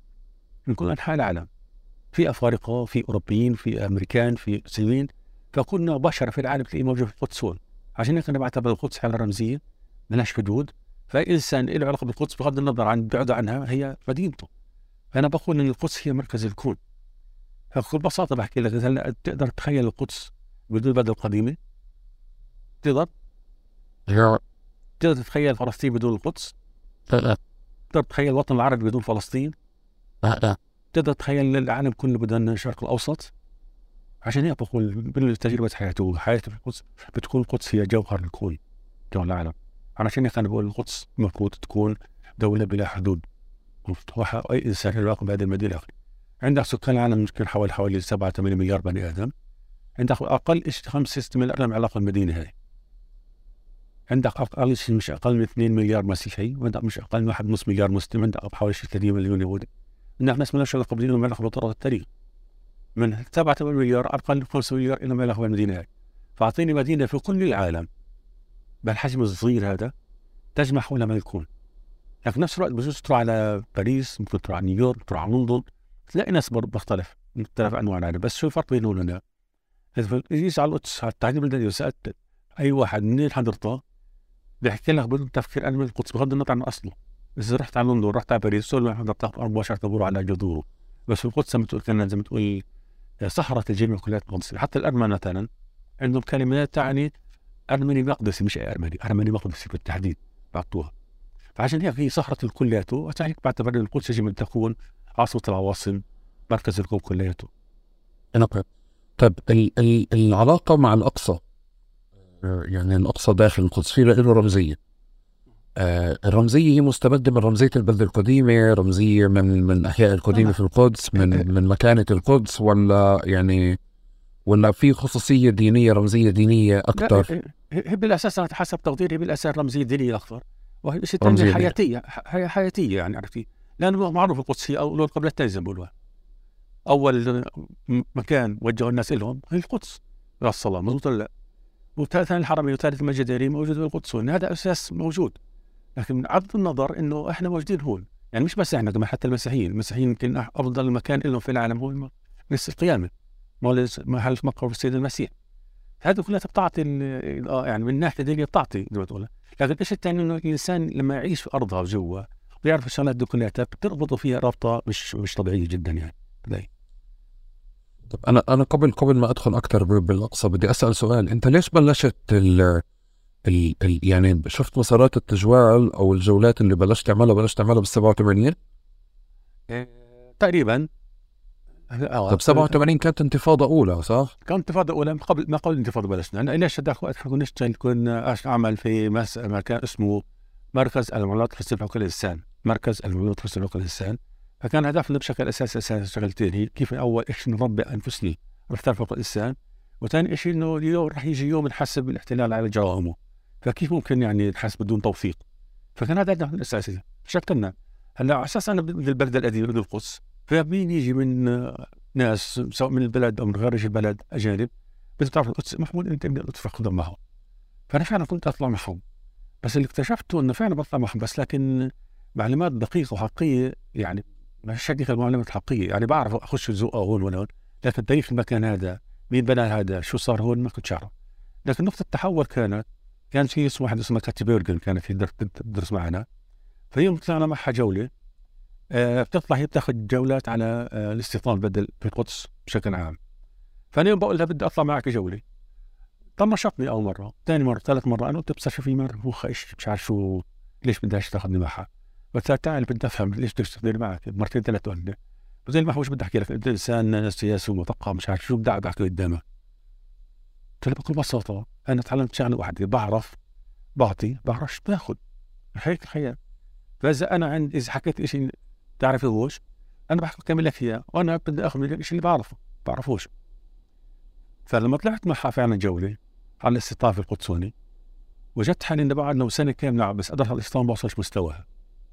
من كل أنحاء العالم، في أفارقة، في أوروبيين، في أمريكان، في سوريين، فكنا بشر في العالم تلاقيه موجود في القدس هون. عشان هيك أنا بعتبر القدس حالة رمزية ملهاش حدود، فأي إنسان له علاقة بالقدس بغض النظر عن بعده عنها هي مدينته. فأنا بقول إن القدس هي مركز الكون. فبكل بساطة بحكي لك، هلا تقدر تتخيل القدس بدون البلد القديمة؟ تقدر تتخيل فلسطين بدون القدس؟ تقدر تتخيل الوطن العربي بدون فلسطين؟ تقدر تتخيل العالم كله بدون الشرق الأوسط؟ عشان هيك بقول من تجربة حياته في القدس بتكون القدس هي جوهر الكون، جوهر العالم. عشان هيك أنا بقول القدس المفروض تكون دولة بلا حدود، أي إنسان له علاقة بهذه المدينة. عندك سكان العالم يمكن حوالي 7-8 مليار بني آدم، عندك أقل شيء 5-6 مليار لهم علاقة بالمدينة هاي، عندك أقل شيء مش أقل من 2 مليار مسيحي، وعندك مش أقل من 1.5 مليار مسلم، عندك حوالي 30 مليون يهودي. عندك ناس مالهاش علاقة بالدين وما علاقة بطرق التاريخ. من 7-8 مليار أقل من 5 مليار إنهم علاقة بالمدينة هاي. فأعطيني مدينة في كل العالم بالحجم الصغير هذا تجمع حولها ما يكون. لكن نفس الوقت بجوز تروح على باريس، ممكن تروح على نيويورك، تروح على لندن، تلاقي ناس بختلف مختلف أنواع العالم. بس شو الفرق بينهم هنا؟ يجي على القدس، على التعليم البلدي، وسألت أي واحد منين حضرته بيحكي لك بدون تفكير أنا من القدس بغض النظر عن أصله. إذا رحت على لندن، رحت على باريس، سؤال واحد حضرتها مباشرة بروح على جذوره. بس في القدس مثل كان زي ما تقول صحراء الجميع كلها مقدسة. حتى الأرمن مثلا عندهم كلمات تعني أرمني مقدسي، مش أرمني مقدسي بالتحديد بعطوها. فعشان هيك هي صحراء كلياته، وعشان هيك بعتبر القدس يجب أن تكون عاصمة العواصم، مركز الكون كلياته. طيب العلاقة مع الأقصى، يعني الأقصى داخل القدس في له رمزية. الرمزية هي مستمدة من رمزية البلد القديمة، رمزية من أحياء القديمة في القدس، من مكانة القدس، ولا في خصوصية دينية، رمزية دينية أكثر؟ هي بالأساس حسب تقديري بالأساس رمزية دينية أكثر، وهي شيء ثاني حياتية يعني عرفتي، لأنه معروف القدس هي أول قبل التنزل بقولها. أول مكان وجهوا الناس لهم هي القدس الصلاة، مضبوط ولا لا؟ وثالث الحرمين وثالث المسجد الحرام موجود في القدس، هذا أساس موجود. لكن من عرض النظر إنه إحنا موجودين هون، يعني مش بس إحنا، كمان حتى المسيحيين يمكن أفضل مكان لهم في العالم هو مثل القيامة، محل مقر السيد المسيح. هذا كلها بتعطي يعني من ناحيه دينيه بتعطي زي ما تقول. لكن الشيء الثاني انه الانسان لما يعيش في ارضها وجوا بيعرف الشغلات دي كلها بتربطه فيها رابطه مش طبيعيه جدا يعني. طب انا قبل ما ادخل اكثر بالاقصى بدي اسال سؤال. انت ليش بلشت ال يعني شفت مسارات التجوال او الجولات اللي بلشت تعملها بال 87 تقريبا. طب 87 كانت انتفاضه اولى صح؟ كانت انتفاضه اولى ما قبل الانتفاضه بلشنا. انا ليش نشتغل كنا اعمل في مكان اسمه مركز المعلومات الخاصه بحقوق الانسان. مركز المعلومات الخاصه بحقوق الانسان. فكان هدفنا بشكل اساسي شغلتين، هي كيف اول شيء نربي انفسنا باحترام حقوق الانسان، وثاني شيء انه اليوم رح يجي يوم نحسب الاحتلال على جرائمه، فكيف ممكن يعني نحاسب بدون توثيق. فكان هذا الهدف الاساسي. شكلنا هلا على اساس انا من البلد القديم من القدس، فمين يجي من ناس سواء من البلد او من خارج البلد اجانب بس تعرف القدس محمود انت بدك تدفع معهم. فانا فعلا كنت اطلع معهم، بس اللي اكتشفته انه فعلا بطلع معهم بس لكن معلومات دقيقه وحقيقيه، يعني مش هذيك المعلومات الحقيقيه، يعني بعرف اخش الزقه هون ولا هون، لكن تاريخ المكان هذا مين بنى هذا شو صار هون ما كنت اعرف. لكن نقطه التحول كان في واحد اسمه كاتي بيرجن كانت هي تدرس معنا، فيوم طلعنا معها جوله. بتطلع هي بتاخذ جولات على الاستيطان بدل في القدس بشكل عام. فانا يوم بقول لها بدي اطلع معك جوله، طنشتني اول مره، ثاني مره، ثالث مره، انا قلت بصير في مرفوخه ايش مش عارف شو ليش بدهاش تاخذني معها. بس تعال بدي افهم ليش بدك تاخذني معك مرتين ثلاث قلنا. بس ما مش بدي احكي لك انت انسان سياسي ومثقف مش عارف شو بدي احكي قدامك. قلت له بكل بساطه انا تعلمت شغله واحده، بعرف بعطي بعرفش باخذ، هيك الحياه. فاذا انا عندي اذا حكيت شيء تعرفوش انا بحكي كمل لك اياه، وانا بدي اخذ منك الشيء اللي بعرفوش. فلما طلعت معها فعلا جوله على الاستيطان في القدسوني، وجدت حالي انه بعد سنه كامله بس قدرت على الاستيطان بوصلش مستواها.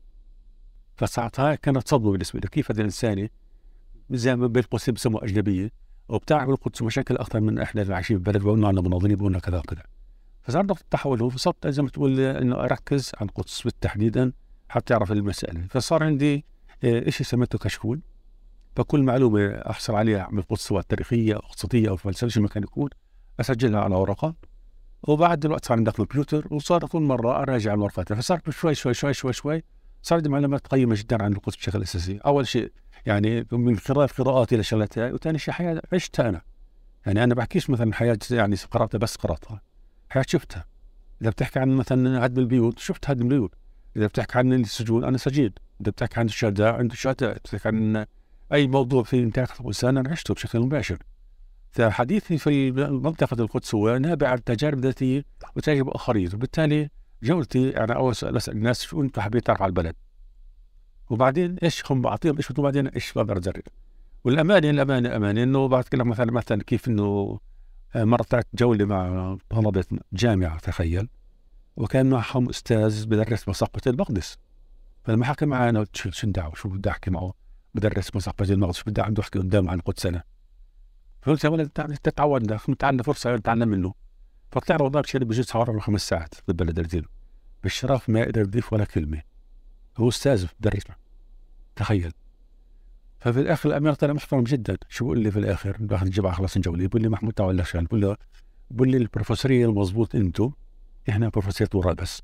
فساعتها كانت صدمه بالنسبه لي، كيف هذه الانسانه زي ما بين قوسين بسموها اجنبيه وبتعمل القدس مشاكل اكثر من احنا اللي عايشين بالبلد وقلنا عنا مناضلين بقولنا كذا وكذا. فصار نقطه التحول هو فصرت زي ما تقول انه اركز على القدس بالتحديدا حتى اعرف المساله. فصار عندي شيء سميته كشكول، فكل معلومه احصل عليها من القدس سواء تاريخيه او اقتصاديه او فلسفيه شو ما كان يكون اسجلها على ورقه، وبعد الوقت صار عندي كمبيوتر وصار كل مره اراجع الورقات. فصار شوي شوي شوي شوي شوي صار عندي معلومات قيمه جدا عن القدس بشكل اساسي. اول شيء يعني من خلال قراءاتي لشغلتها، وثاني شيء حياه عشتها انا. يعني انا بحكيش مثلا حياه يعني قراتها بس قراتها، حياه شفتها. اذا بتحكي عن مثلا هدم البيوت شفت هدم البيوت، اذا بتحكي عن السجون انا سجين، اذا بتحكي عن الشهداء عنده شهداء، بتحكي عن اي موضوع في انتهاك حقوق الانسان انا عشته بشكل مباشر. فحديثي في منطقه القدس هو نابع عن تجارب ذاتيه وتجارب اخرين، وبالتالي جولتي انا اول سؤال اسال الناس شو انت حبيت تعرف على البلد، وبعدين ايش هم بعطيهم ايش وبعدين ايش بقدر اجرب. والامانه انه بعد كده مثلا كيف انه مره طلعت جوله مع طلبه جامعه تخيل، وكان معهم استاذ بدرس مساقة المقدس. فلما حكى معنا شو دعوه شو بدي احكي معه، بدرس مساقة المقدس شو بدي عنده احكي قدامه عن القدس انا. فقلت يا ولد تتعودنا عندنا فرصه نتعلم منه. فطلعنا والله بشيء بجوز حوالي 5 ساعات في البلد الدين بالشرف ما قدر يضيف ولا كلمه، هو استاذ بدرسنا تخيل. ففي الاخر الامير طلع محترم جدا. شو بقول لي في الاخر باخذ الجماعه خلاص نجولي، بقول لي محمود تعال لك شغله، بقول لي البروفيسوريه المضبوط انتم، احنا بروفيسورية وراء بس.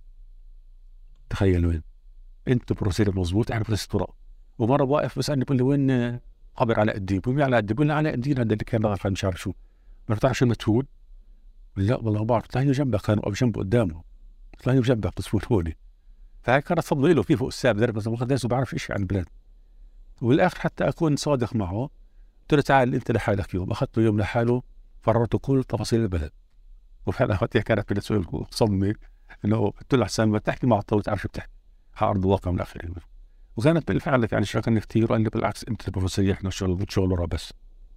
تخيل وين انتم بروفيسورية مضبوط احنا بروفيسورية وراء. ومره واقف بسالني بقول لي وين قبر علاء الدين؟ بقول لي علاء الدين؟ بقول لي علاء الدين هذا اللي كان ضغط مش عارف شو، ما بتعرف شو المتهول؟ لا والله ما بعرف. قلت له جنبك، كانوا او جنبه قدامه، قلت له جنبك تصفون هوني. فهي كانت صدمه له كيف استاذ بدرس مقدس وبعرف شيء عن البلاد. والاخر حتى اكون صادق معه قلت له تعال انت لحالك يوم، اخذته يوم لحاله فررته كل تفاصيل البلد. وفعلا اخذتها كانت بالنسبه له صدمه، انه قلت له احسن ما تحكي مع الطاوله تعرف شو بتحكي على ارض الواقع من الاخر. وكانت بالفعل يعني شكرني كثير وقال لي بالعكس انت البروفيسور احنا شغل ورا بس.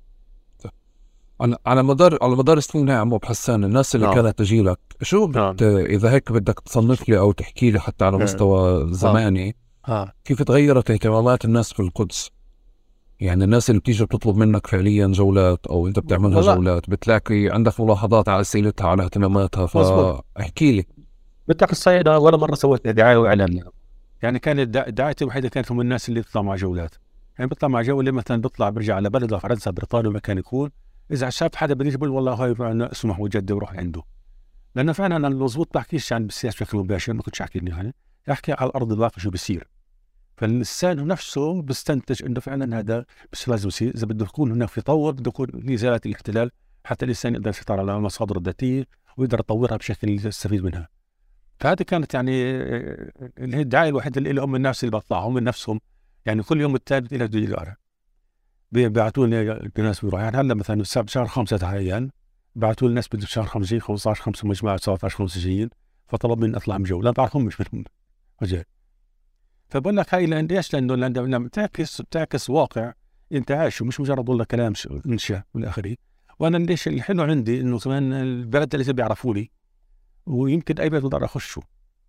على مدار سنين عمو بحسان الناس اللي كانت تجي لك شو اذا هيك بدك تصنف لي او تحكي لي حتى على مستوى زماني كيف تغيرت اهتمامات الناس في القدس؟ يعني الناس اللي بتيجي بتطلب منك فعليا جولات او انت بتعملها جولات بتلاقي عندك ملاحظات على اسئلتها على اهتماماتها، فاحكي لي. بدك الصيدة ولا مرة سويت دعاية واعلان، يعني كانت دعايتي الوحيدة كانت من الناس اللي بيطلع مع جولات. يعني بيطلع مع جولة مثلا بيطلع برجع على بلده فرنسا بريطانيا ما كان يكون اذا شاف حدا بده يقول والله هاي أنا اسمه محمود جدي وروح عنده. لانه فعلا انا المضبوط بحكيش عن بالسياسه بشكل مباشر، ما كنتش احكي يعني احكي على الارض الواقع شو بيصير. فالإنسان نفسه بيستنتج انه فعلا هذا بس لازم يصير. اذا بده يكون هناك في تطور بده يكون لازالة الاحتلال حتى الانسان يقدر يسيطر على مصادره الذاتيه ويقدر يطورها بشكل يستفيد منها. فهذه كانت يعني اللي هي الدعايه الوحيده اللي لهم الناس اللي بطلعهم من نفسهم. يعني كل يوم الثالث له دولار بيبعثوا لي الناس بيروحوا. يعني هلا مثلا بشهر 5 تحديدا بعثوا لي الناس بده بشهر 5 15 مجموعه 19 5 جايين، فطلب مني اطلع مجول لا بعرفهم مش منهم وجاي. فبقول لك هاي ليش؟ لانه لما بتعكس واقع انت عايشه، مش مجرد والله كلام انشاء والاخري. وانا ليش الحلو عندي انه كمان البلد اللي بيعرفوا لي ويمكن اي بلد بقدر اخشه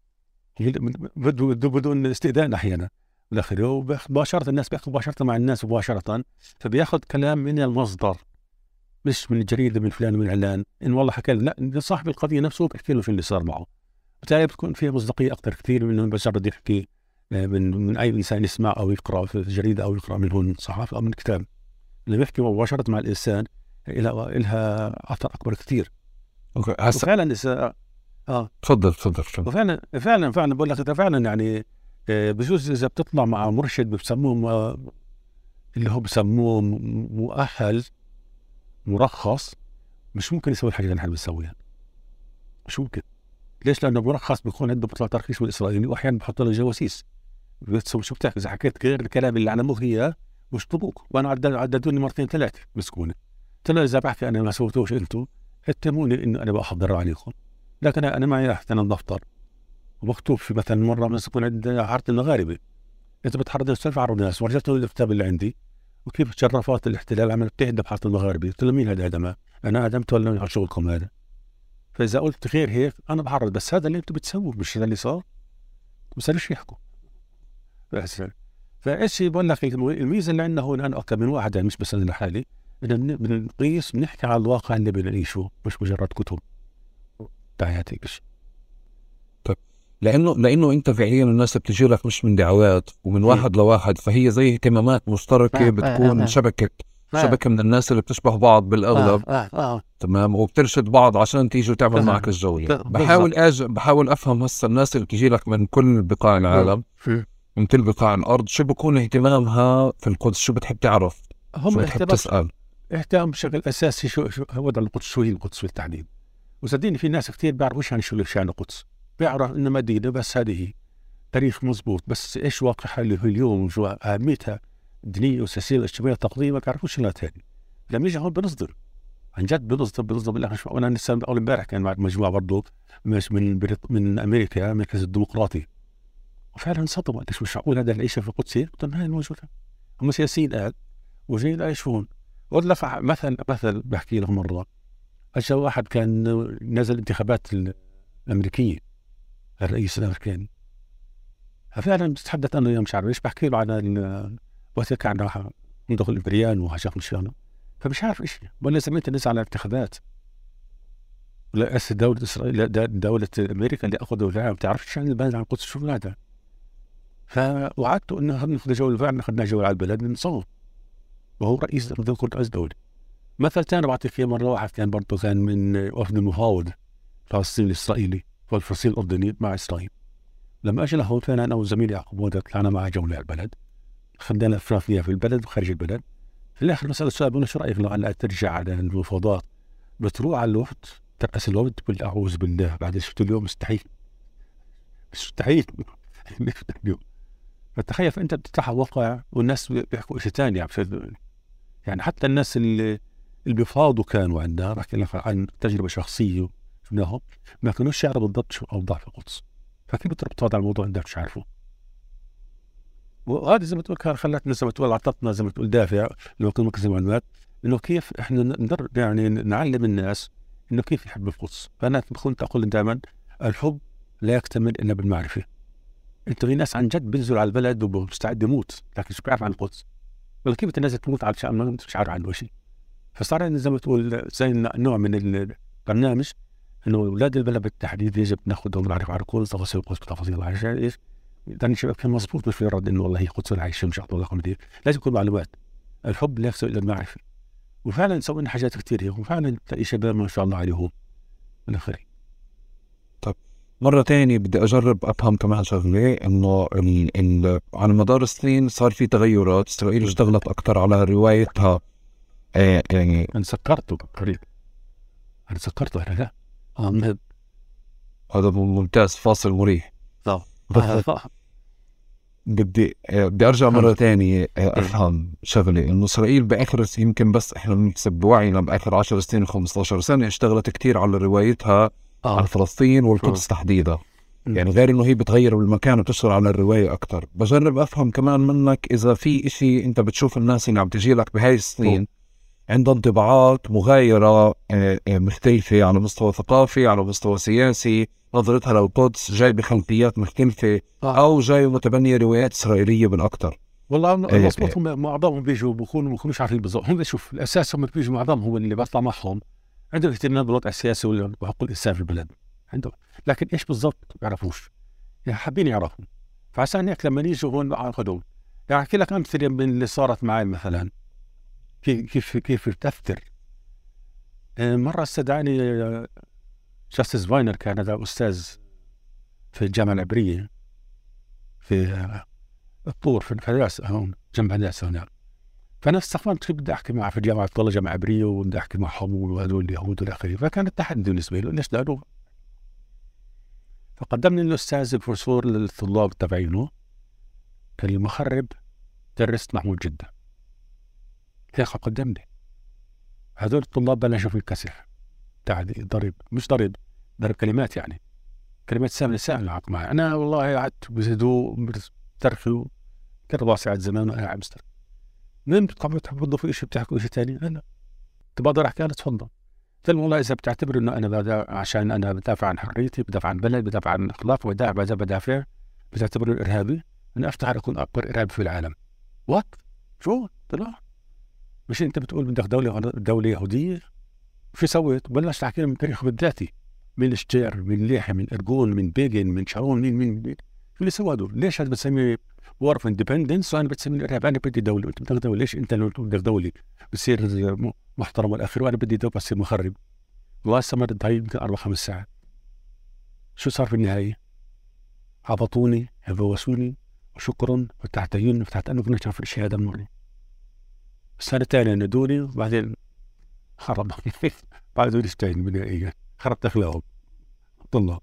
بدون استئذان احيانا بالاخر. مباشره الناس بيحكوا مباشره مع الناس مباشره، فبياخذ كلام من المصدر مش من الجريده من فلان ومن اعلان ان والله حكى لا، صاحب القضيه نفسه بيحكي له شو اللي صار معه. بالتالي بتكون فيها مصداقيه اكثر كثير من انه مجرد يحكي من اي انسان يسمع او يقرا في الجريده او يقرا من هون صحافه او من كتاب. اللي بيحكي مباشره مع الانسان لها اثر اكبر كثير. اوكي فعلا اذا تفضل. فعلا بقول لك فعلا يعني بجوز اذا بتطلع مع مرشد بسموه اللي هو بسموه مؤهل مرخص، مش ممكن يسوي الحاجه اللي نحن بنسويها. مش ممكن. ليش؟ لانه مرخص بيكون عنده بطلع ترخيص من الاسرائيلي واحيانا بحط له جواسيس بتسوي شو بتحكي. اذا حكيت غير الكلام اللي على مخي مش طبوق. وانا عددوني مرتين ثلاثه مسكوني. قلت له اذا بحكي انا ما سويتوش انتم اتهموني انه انا بحضر عليكم، لكن انا معي احيانا الدفتر ومكتوب في مثلا مره مسكون عند حاره المغاربه انت بتحرض السلف على الناس، ورجعت له الكتاب اللي عندي وكيف تشرفات الاحتلال عملت بتهدم حاره المغاربه. قلت له مين هذا هدمها؟ انا هدمت ولا شغلكم هذا؟ فاذا قلت غير هيك انا بحرض، بس هذا اللي انتم بتسووه مش هذا اللي صار. بس ليش يحكوا؟ بس فايش بقول لك الميزه اللي عندنا هون انا اكثر من واحد يعني مش بس انا لحالي بنقيس بنحكي على الواقع اللي بنعيشه مش مجرد كتب دعايات هيك شيء. طيب لانه انت فعليا الناس بتجي لك مش من دعوات ومن واحد لواحد، فهي زي اهتمامات مشتركه بتكون شبكه من الناس اللي بتشبه بعض بالاغلب. تمام، وبترشد بعض عشان تيجوا تعمل معك الجوله. بحاول افهم هسه الناس اللي بتجي لك من كل بقاع العالم من كل بقاع الارض شو بكون اهتمامها في القدس، شو بتحب تعرف، هم شو بتحب تسال. اهتمام بشكل اساسي شو وضع القدس، شو هي القدس بالتحديد. وصدقني في ناس كثير بيعرفوش عن شو شان القدس، بيعرف انه مدينه بس هذه هي تاريخ مزبوط، بس ايش واقعها اللي هو اليوم وشو اهميتها الدينيه والسياسيه والاجتماعيه التقليديه ما بيعرفوش شغلات هذه. لما يجي هون بنصدر عن جد بنصدر بالاخر. وانا لسه اول امبارح كان مع مجموعه برضه من امريكا المركز الديمقراطي، وفعلا انصدموا قديش مش معقول هذا العيشه في القدس. قلت لهم هاي الموجوده، هم سياسيين قاعد وجايين يعيشون. قلت له مثل بحكي لهم مره اجى واحد كان نزل الانتخابات الامريكيه الرئيس الامريكاني، ففعلا بتتحدث انه يوم مش عارف ايش بحكي له عن وقت كان ندخل البريان وهشاف مش انا، فمش عارف ايش ولا سمعت نزل على الانتخابات ولا اسس دوله اسرائيل دوله امريكا اللي اخذوا العام. بتعرفش عن البلد عن القدس شو هذا. فوعدته انه ناخذ جوله، فعلا اخذنا جوله على البلد نصور وهو رئيس دوله. مثل ثاني بعطيك اياه مره واحد كان برضه كان من وفد المفاوض الفلسطيني الاسرائيلي والفلسطيني الاردني مع اسرائيل. لما اجى لهون كان انا وزميلي يعقوب ودك طلعنا معه جوله على البلد، خدنا افراد في البلد وخارج البلد. في الاخر بسال السؤال بقول له شو رايك لو هلا ترجع على المفاوضات بتروح على الوفد ترأس الوفد تقول اعوذ بالله بعد شفت اليوم مستحيل فتخيل انت بتطلع واقع والناس بيحكوا شيء ثاني. يعني حتى الناس اللي بيفاوضوا كانوا عندها بحكي لك عن تجربه شخصيه شفناهم ما كانوش يعرفوا بالضبط شو اوضاع في القدس. فكيف بتربط هذا الموضوع انت مش عارفه؟ وهذا زي ما تقول كان خلتنا زي ما تقول اعطتنا زي ما تقول دافع لما كنا مركز المعلومات انه كيف احنا نقدر يعني نعلم الناس انه كيف يحب القدس. فانا كنت اقول دائما الحب لا يكتمل الا بالمعرفه. انت في ناس عن جد بينزلوا على البلد ومستعد يموت لكن شو بيعرف عن القدس؟ ولا كيف الناس تموت على شيء ما مش عارف عنه شيء. فصار زي ما تقول زي نوع من البرنامج انه اولاد البلد بالتحديد يجب ناخذهم نعرف على كل تفاصيل القدس بتفاصيل عشان ايش؟ يعني الشباب كان مضبوط مش مجرد انه والله هي قدس عايشه مش عارف والله لازم يكون معلومات. الحب لا يكتمل الا بالمعرفه. وفعلا سوينا حاجات كتير هيك، وفعلا تلاقي شباب ما شاء الله عليهم من آخره. مرة تانية بدي أجرب أفهم كمان شغلة، إنه على مدار السنين صار في تغيرات. إسرائيل اشتغلت أكتر على روايتها. أنا سكرته قريب، أنا سكرته هلا. لا هذا ممتاز، فاصل مريح. بدي أرجع مرة تانية أفهم شغلة، إنه إسرائيل بآخر يمكن بس إحنا بنحسب بوعينا بآخر 10 سنين 15 سنة اشتغلت كتير على روايتها على فلسطين والقدس تحديدا. يعني غير إنه هي بتغير بالمكان وتشتغل على الرواية أكتر. بجرب أفهم كمان منك إذا في إشي أنت بتشوف الناس اللي عم تجي لك بهاي السنين عندها انطباعات مغايرة مختلفة على مستوى ثقافي، على مستوى سياسي، نظرتها للقدس جاي بخلفيات مختلفة أو جاي متبنية روايات إسرائيلية بالأكثر. والله مظبوط. هم معظمهم بيجوا بيكونوش عارفين بالضبط. هم شوف الأساس هم بيجوا معظمهم هو اللي بيطلع معهم عندهم اهتمام بالوضع السياسي وحقوق الإنسان في البلد عندهم، لكن إيش بالضبط بيعرفوش، يعني حابين يعرفوا. فعشان هيك لما يجوا هون عقدوا. يعني أحكي لك أمثلة من اللي صارت معي مثلا كيف تأثر. مرة استدعاني جاستس فاينر، كان هذا أستاذ في الجامعة العبرية في الطور في هندسة هون جنب هندسة هنا. فأنا استخدمت كيف بدي أحكي معه في الجامعة، طلع جامعة عبرية وبدي أحكي معهم وهذول اليهود والآخرين. فكان التحدي بالنسبة له ليش لأنه فقدمني الأستاذ البروفيسور للطلاب تبعينه، كان المخرب درست محمود جدا. هيك قدمني هذول الطلاب بلشوا في الكسر تعدي ضرب، مش ضرب كلمات، يعني كلمات سهلة معي. أنا والله قعدت بهدوء ترخي كان 4 ساعات زمان وأنا قاعد مسترخي. نمت قبل تفضلوا في شيء بتحكوا شيء ثاني، أنا تبقدر أحكي أنا تفضل. قلت لهم والله إذا بتعتبر إنه أنا عشان أنا بدافع عن حريتي، بدافع عن بلد، بدافع عن أخلاق، بدافع بتعتبرني إرهابي، أنا أفتخر أكون أكبر إرهابي في العالم. وات شو طلع مش أنت بتقول بدك دولة يهودية؟ شو سويت؟ بلشت أحكي من تاريخ ذاتي، من شتير، من ليحي، من إرجون، من بيجن، من شارون، مين شو اللي سوى دول؟ ليش هذا بتسمي وار اوف اندبندنس وانا بتسمي الارهاب؟ انا بدي دوله، انت بدك دوله، ليش انت بدك دوله بتصير محترم والاخر وانا بدي دوله بصير مخرب؟ والله استمرت هاي يمكن 4-5 ساعات. شو صار في النهايه؟ هبطوني، هبوسوني، وشكرا فتحت عيوني، فتحت انه كنا نشوف الشيء هذا المره. السنه الثانيه ندوني وبعدين خرب بعد دول اشتاين بدأ خربت اخلاقهم طلاب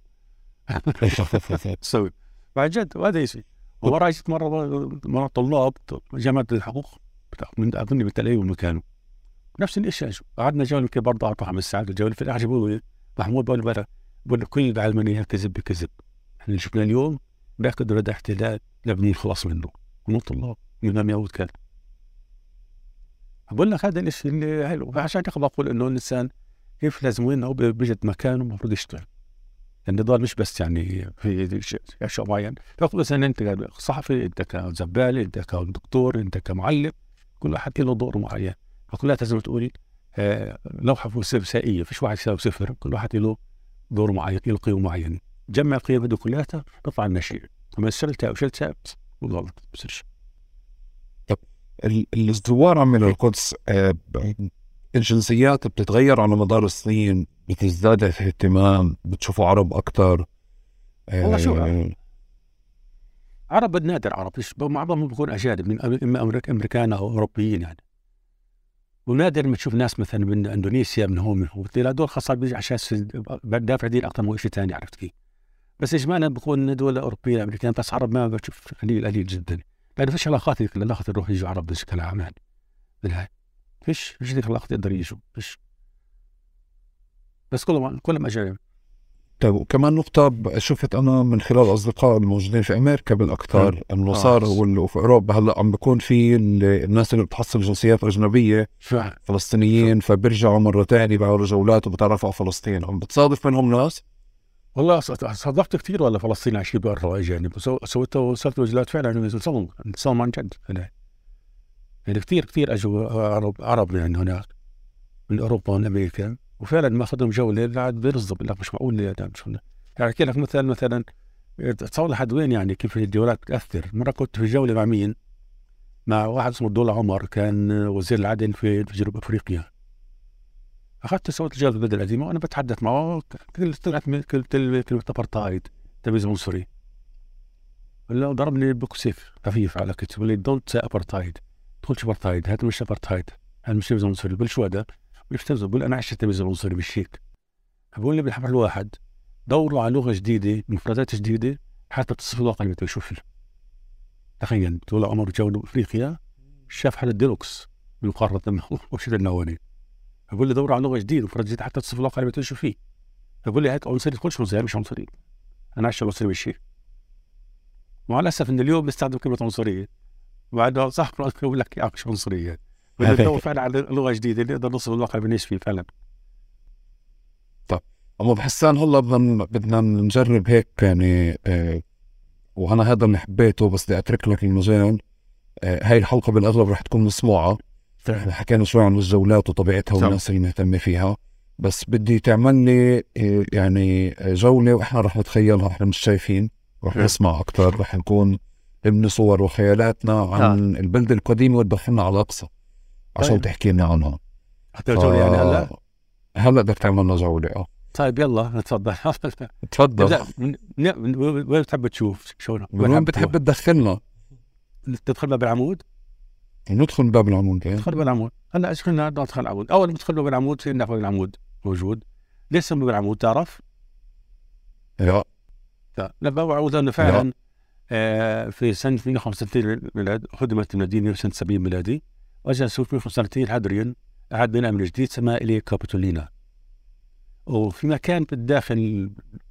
سوي بعد جد. وهذا يصير. ومرة جيت مرة طلاب جامعة الحقوق من أظن بالتلاقي والمكان نفس الشيء. قعدنا جولة يمكن برضه 4-5 ساعات. الجولة في الآخر بيقولوا محمود بقول كل العلمانية كذب بكذب. احنا شفنا اليوم بيأكدوا لدى احتلال لبنان خلاص منه من طلاب يونان يهود كان. بقول لك هذا الشيء اللي حلو. فعشان هيك بقول إنه الإنسان كيف لازم إنه بيجد مكانه المفروض يشتغل. النضال مش بس يعني في أشياء معين. فقل مثلا أنت كصحفي، أنت كزبالة، أنت كدكتور، أنت كمعلم، كل واحد له دور معين. فكلها لازم تقولي لوحة فلسفية، فيش واحد يساوي صفر، كل واحد له دور معين، له قيمة معينة. جمع القيم هذه كلها تطلع النشيء. أما شلتها وشلتها والله بصيرش. طب الزوار من القدس الجنسيات بتتغير على مدار السنين، بتزداد اهتمام، بتشوفوا عرب أكتر؟ والله شو عرب بالنادر، عرب معظمهم بيكون أجانب، من إما أمريكان أو أوروبيين يعني. ونادر ما تشوف ناس مثلا من إندونيسيا، من هون دول خاصة بيجي عشان دافع دين أكثر من شيء ثاني، عرفت كيف؟ بس إجمالا بكون دول أوروبية أمريكان. بس عرب ما بشوف قليل جدا، لأنه فيش علاقات يروح يجوا عرب بشكل عام يعني. بالهاي فيش ذيك العلاقات يقدر يجوا، فيش. بس كلهم أجانب. طيب وكمان نقطة شفت أنا من خلال أصدقاء الموجودين في أمريكا بالأكثر إنه صار وفي أوروبا هلأ عم بيكون في الناس اللي بتحصل جنسيات أجنبية فلسطينيين، فبيرجعوا مرة تانية بعد جولات وبتعرفوا على فلسطين. عم بتصادف منهم ناس؟ والله صادفت كثير والله فلسطين عايشين بأرض أجانب، وصلت وجلات فعلا صار عن جد. يعني كثير أجوا عرب يعني هناك من أوروبا ومن أمريكا، وفعلا ما أخذهم جولة قاعد بيرزب لك مش معقول لي مش يعني أحكي لك مثلا تصور لحد وين يعني كيف الجولات تأثر. مرة كنت في جولة مع مين؟ مع واحد اسمه الدولة عمر، كان وزير العدن في جنوب افريقيا. اخذت سويت الجوله البلد القديمه وانا بتحدث معه، طلعت كلمه ابرتايد، تمييز عنصري. ولا ضربني بوكسيف خفيف على كتفي، بقول لي دونت سي ابرتايد، تقولش ابرتايد، هذا مش ابرتايد، هذا مش تمييز عنصري. بقول شو هذا؟ بقول انا عشت التمييز العنصري بالشيك. بقول لي بالحرف الواحد دوروا على لغه جديده، مفردات جديده حتى تصف الواقع اللي بتشوف فيه. تخيل طول عمره جنوب افريقيا شاف حالة ديلوكس من قاره وشد النواني. بقول لي دوروا على لغه جديده مفردات جديده حتى تصف الواقع اللي بتشوف فيه. بقول لي هيك عنصري، تقولش عنصري، مش عنصري، انا عشت العنصري بالشيك. مع الاسف ان اليوم بنستخدم كلمه عنصريه، وبعدها صح بقول لك يا مش عنصريه. بدنا ندور فعلا على لغه جديده نقدر نوصل للواقع اللي بنعيش فيه فعلا. طب أما بحسان هلا بدنا نجرب هيك يعني وأنا هذا اللي حبيته، بس بدي أترك لك المجال. هاي الحلقة بالأغلب رح تكون مسموعة، حكينا شوي عن الجولات وطبيعتها والناس اللي مهتمة فيها، بس بدي تعمل لي يعني جولة وإحنا رح نتخيلها، إحنا مش شايفين، رح نسمع أكتر، رح نكون نبني صور وخيالاتنا عن البلدة القديمة وتدخلنا على الأقصى عشان تحكي لنا عنها. حتى الجولة يعني هلا بدك تعمل لنا جولة. طيب يلا نتفضل. تفضل. وين بتحب تشوف؟ شو وين بتحب تدخلنا؟ تدخل باب العمود؟ ندخل من باب العمود. ندخل باب العمود. هلا ايش خلينا ندخل العمود. اول ما تدخل باب العمود في عندك باب العمود موجود. ليش سموا باب العمود تعرف؟ لا باب العمود لانه فعلا في سنة 165 ميلاد هدمت المدينة في سنة 70 ميلادي، واجا سوق في سنتين هادريان أعاد بناء من جديد سماه إليه كابيتولينا. وفي مكان بالداخل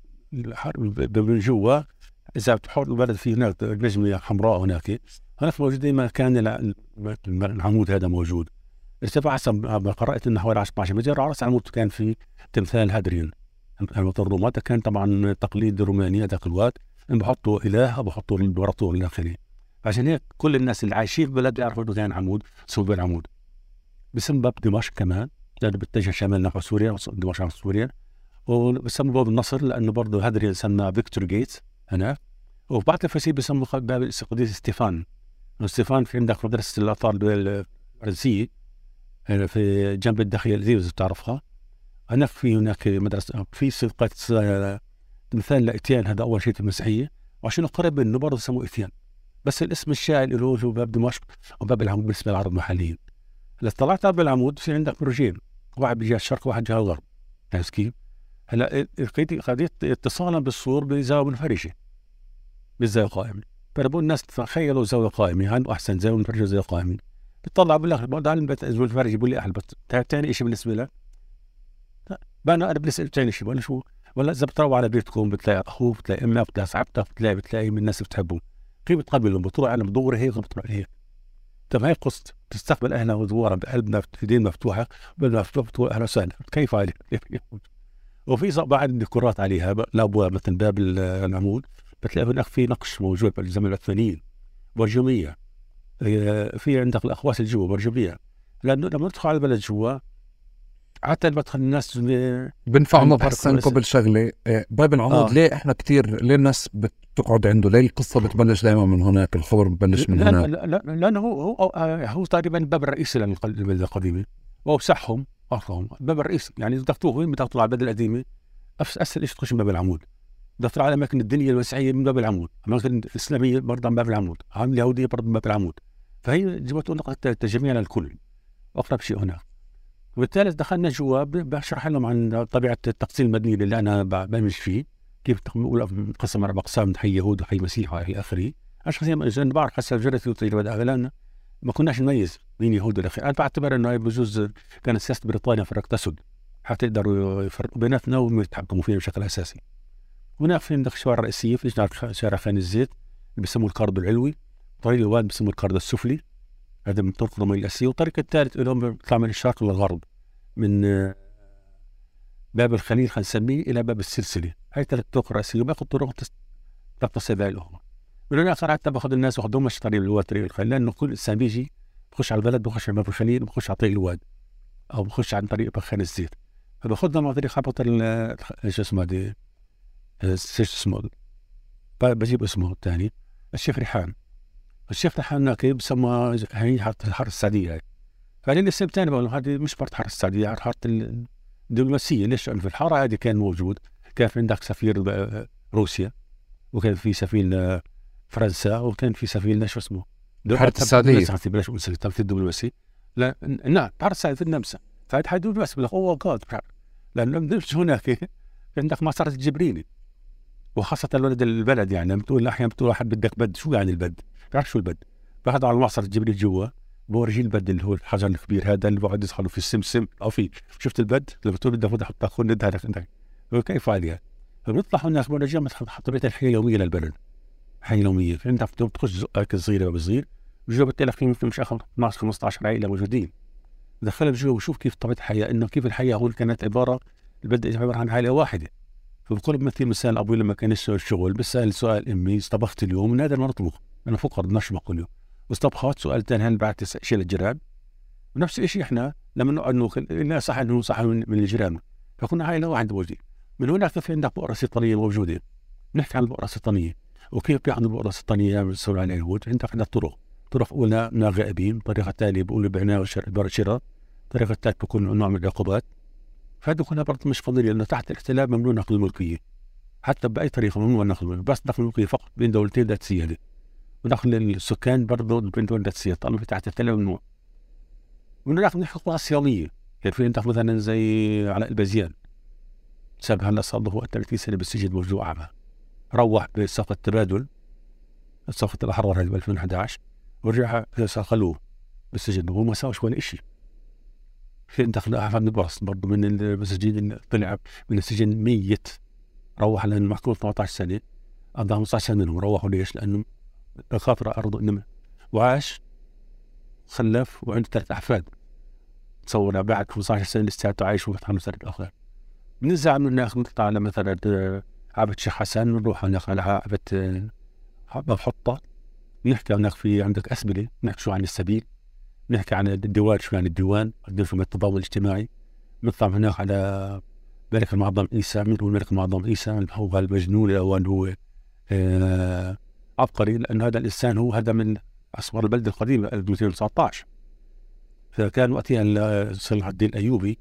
من جوا إذا بتحط البلد في هناك نجمة حمراء هناك موجود مكان العمود هذا موجود. ارتفاع حسب ما قرأت إنه حوالي 12 متر. على رأس العمود كان في تمثال هادريان الروم. هذا كان طبعا تقليد روماني ذاك الوقت، إن بحطوا إله بحطوا الإمبراطور إلى آخره. عشان هيك كل الناس اللي عايشين في البلد بيعرفوا إنه كان عمود سوى بالعمود. بسم باب دمشق كمان لأنه بتجه شمال نحو سوريا، دمشق نحو سوريا. وبسموا باب النصر لأنه برضه هادريان سمى فيكتور جيت هناك. وبعد الفسيح بسموا باب قديس ستيفان. ستيفان في عندك مدرسة الآثار الفرنسية في جنب الداخلية دي إذا بتعرفها. هناك مدرسة في سلقة مثال لإتيان، هذا أول شيء في المسيحية، وعشان قرب منه برضه سموه إتيان. بس الاسم الشائع له هو باب دمشق وباب العمود بالنسبة للعرب المحليين. إذا طلعت على باب العمود في عندك برجين، واحد بجهة الشرق وواحد جهة الغرب. عرفت كيف؟ هلا قضية اتصالا بالسور بزاوية منفرجة بالزاوية قائمة. فأنا بقول الناس تخيلوا زاوية قائمة، هل أحسن زاوية منفرجة زاوية قائمة؟ بتطلع بالآخر بقول هل المنفرج بيقول لي أحلى. ثاني شيء بالنسبة لك أنا بنسأل ثاني شيء ولا شو؟ ولا إذا بتروح على بيتكم بتلاقي أخوك، بتلاقي أمك، بتلاقي صاحبتك، بتلاقي من الناس بتحبهم، كيف بتقبلهم؟ بتروح على بدورة هيك بتروح هيك. طب هاي قصة تستقبل أهلنا وزوارا بقلبنا ايدين مفتوحة، قلبنا مفتوح، بتقول أهلا وسهلا كيف عليك؟ وفي بعض ديكورات عليها الأبواب مثل باب العمود بتلاقي هناك في نقش موجود بالزمن العثمانيين، برجومية. في عندك الأخواس الجوا برجومية، لأنه لما ندخل على البلد جوا حتى بدخل الناس بنفعنا. بحسن قبل شغلة باب العمود ليه احنا كتير ليه الناس بتقعد عنده؟ ليه القصة بتبلش دائما من هناك، الخبر ببلش من هناك؟ لأنه هو تقريبا الباب الرئيسي للبلد القديمة، وأوسعهم وأرقهم الباب الرئيسي. يعني إذا وين بدك تطلع على البلد القديمة أسهل شيء تخش من باب العمود. بدك تطلع على أماكن الدنيا الوسعية من باب العمود، أماكن الإسلامية برضه من باب العمود، عام اليهودية برضه من باب العمود. فهي جوات نقطة تجميع للكل، أقرب شيء هناك. وبالتالي دخلنا جوا بشرح لهم عن طبيعة التقسيم المدني اللي أنا بمشي فيه، كيف نقسم على أقسام، حي يهود وحي مسيح وإلى آخره. عشان بعرف هسه جرتي وتجربة لأن ما كناش نميز مين يهود ولا آخره. أنا بعتبر إنه بجوز كانت سياسة بريطانيا فرق تسد حتى يقدروا يفرقوا بيناتنا ويتحكموا فينا بشكل أساسي. هناك في عندك شوارع رئيسية، في شارع خان الزيت اللي بيسموه القرض العلوي، طريق الواد بيسموه القرض السفلي، هذا من طرق الرمية الأساسية. والطريق الثالث لهم بيطلع من الشرق للغرب من باب الخليل خلينا نسميه إلى باب السلسلة. هاي 3 طرق رئيسية، وباقي الطرق تتصل بها الأخرى. من هنا صار حتى باخذ الناس واخذهم مش طريق الواد طريق الخليل، لأنه كل إنسان بيجي بخش على البلد بخش على باب الخليل بخش على طريق الواد أو بخش عن طريق خان الزيت. فباخذهم على طريق خبط شو اسمه دي اسمه بجيب اسمه الثاني الشيخ ريحان. شفنا حالنا كيف بسمى هي حارة السعدية هاي. فعلينا السبب الثاني بقول هذه مش فرط حارة السعدية، حارة الدبلوماسية. ليش؟ لأن في الحارة هذه كان موجود، كان في عندك سفير روسيا، وكان في سفير فرنسا، وكان في سفير شو اسمه حارة السعدية. بلاش أقول سفير الدبلوماسي، لا نعم حارة السعدية في النمسا. فهذه حارة الدبلوماسي بقول لك أوه جاد، لأنه مش هناك عندك مسار الجبريني، وخاصة الولد البلد يعني بتقول أحيانا بتقول واحد بدك بد، شو يعني البد؟ بتعرف شو البد؟ باخذ على المعصر الجبريل جوا، بورجي البد اللي هو الحجر الكبير هذا اللي بقعد يدخلوا في السمسم أو في، شفت البد؟ لما بتقول بدك تحط خند هذا عندك، كيف عليها؟ فبنطلع هناك بنرجع حطيت الحياة اليومية للبلد، حياة يومية. فأنت بتخش زقك صغيرة بصغير، جوا بتلاقي يمكن مش 12 15 عائلة موجودين، دخلها بجوا وشوف كيف طبيعة الحياة، إنه كيف الحياة هون كانت عبارة، البد عبارة عن عائلة واحدة. فبقول مثال أبوي لما كان يسوي الشغل بسأل سؤال أمي طبخت اليوم؟ نادر ما نطبخ، أنا فقر نشبه كل يوم. بس طبخات سؤال ثاني، هل بعد شيء للجيران؟ ونفس الشيء إحنا لما نقعد ناكل، لا صح إنه صح من الجيران، فكنا عائلة واحدة موجودة. من هناك في عندك بؤرة سيطانية موجودة، نحكي عن البؤرة السيطانية وكيف بيعملوا البؤرة السيطانية بيسووا عليها اليهود. عندك عندنا طرق أولى من الغائبين، طريقة ثانية بيقولوا بعناء وشراء، طريقة ثالثة بيكون نوع من العقوبات. فهذا كلها برضه مش فضيلة، لأنه تحت الاحتلال ممنوع نقل الملكية، حتى بأي طريقة ممنوع نقل، بس نقل الملكية فقط بين دولتين ذات سيادة، ونقل السكان برضه بين دول ذات سيادة، طالما في تحت الاحتلال ممنوع. من هناك بنحكي قوى صيامية، كان في عندك مثلا زي علاء البازيان، ساب هلا صار له 30 سنة بالسجن موجوع أعمى، روح بصفقة تبادل، صفقة الأحرار هذه ب 2011، ورجع خلوه بالسجن وهو ما ساوش ولا شيء. في عندك أحمد نبرس برضه من المسجين، طلع من السجن ميت، روح على المحكوم 18 سنة، قضى 15 سنة منهم روحوا. ليش؟ لأنه خاطر أرضه إنما، وعاش خلف وعنده 3 أحفاد. تصور بعد 15 سنة لساته عايش وفتح سنة أخرى. بنزع من هناك نطلع على مثلا عابد شيخ حسن، نروح هناك على عابد حطة، نحكي هناك في عندك أسبلة، نحكي شو عن السبيل، نحكي عن الديوان، شو يعني الديوان، قديش من التضامن الاجتماعي. نطلع من هناك على الملك المعظم عيسى. من هو الملك المعظم عيسى؟ هو المجنون أو هو عبقري، لأن هذا الإنسان هو هذا من أسوار البلد القديمة 1219. فكان وقتها صلاح الدين الأيوبي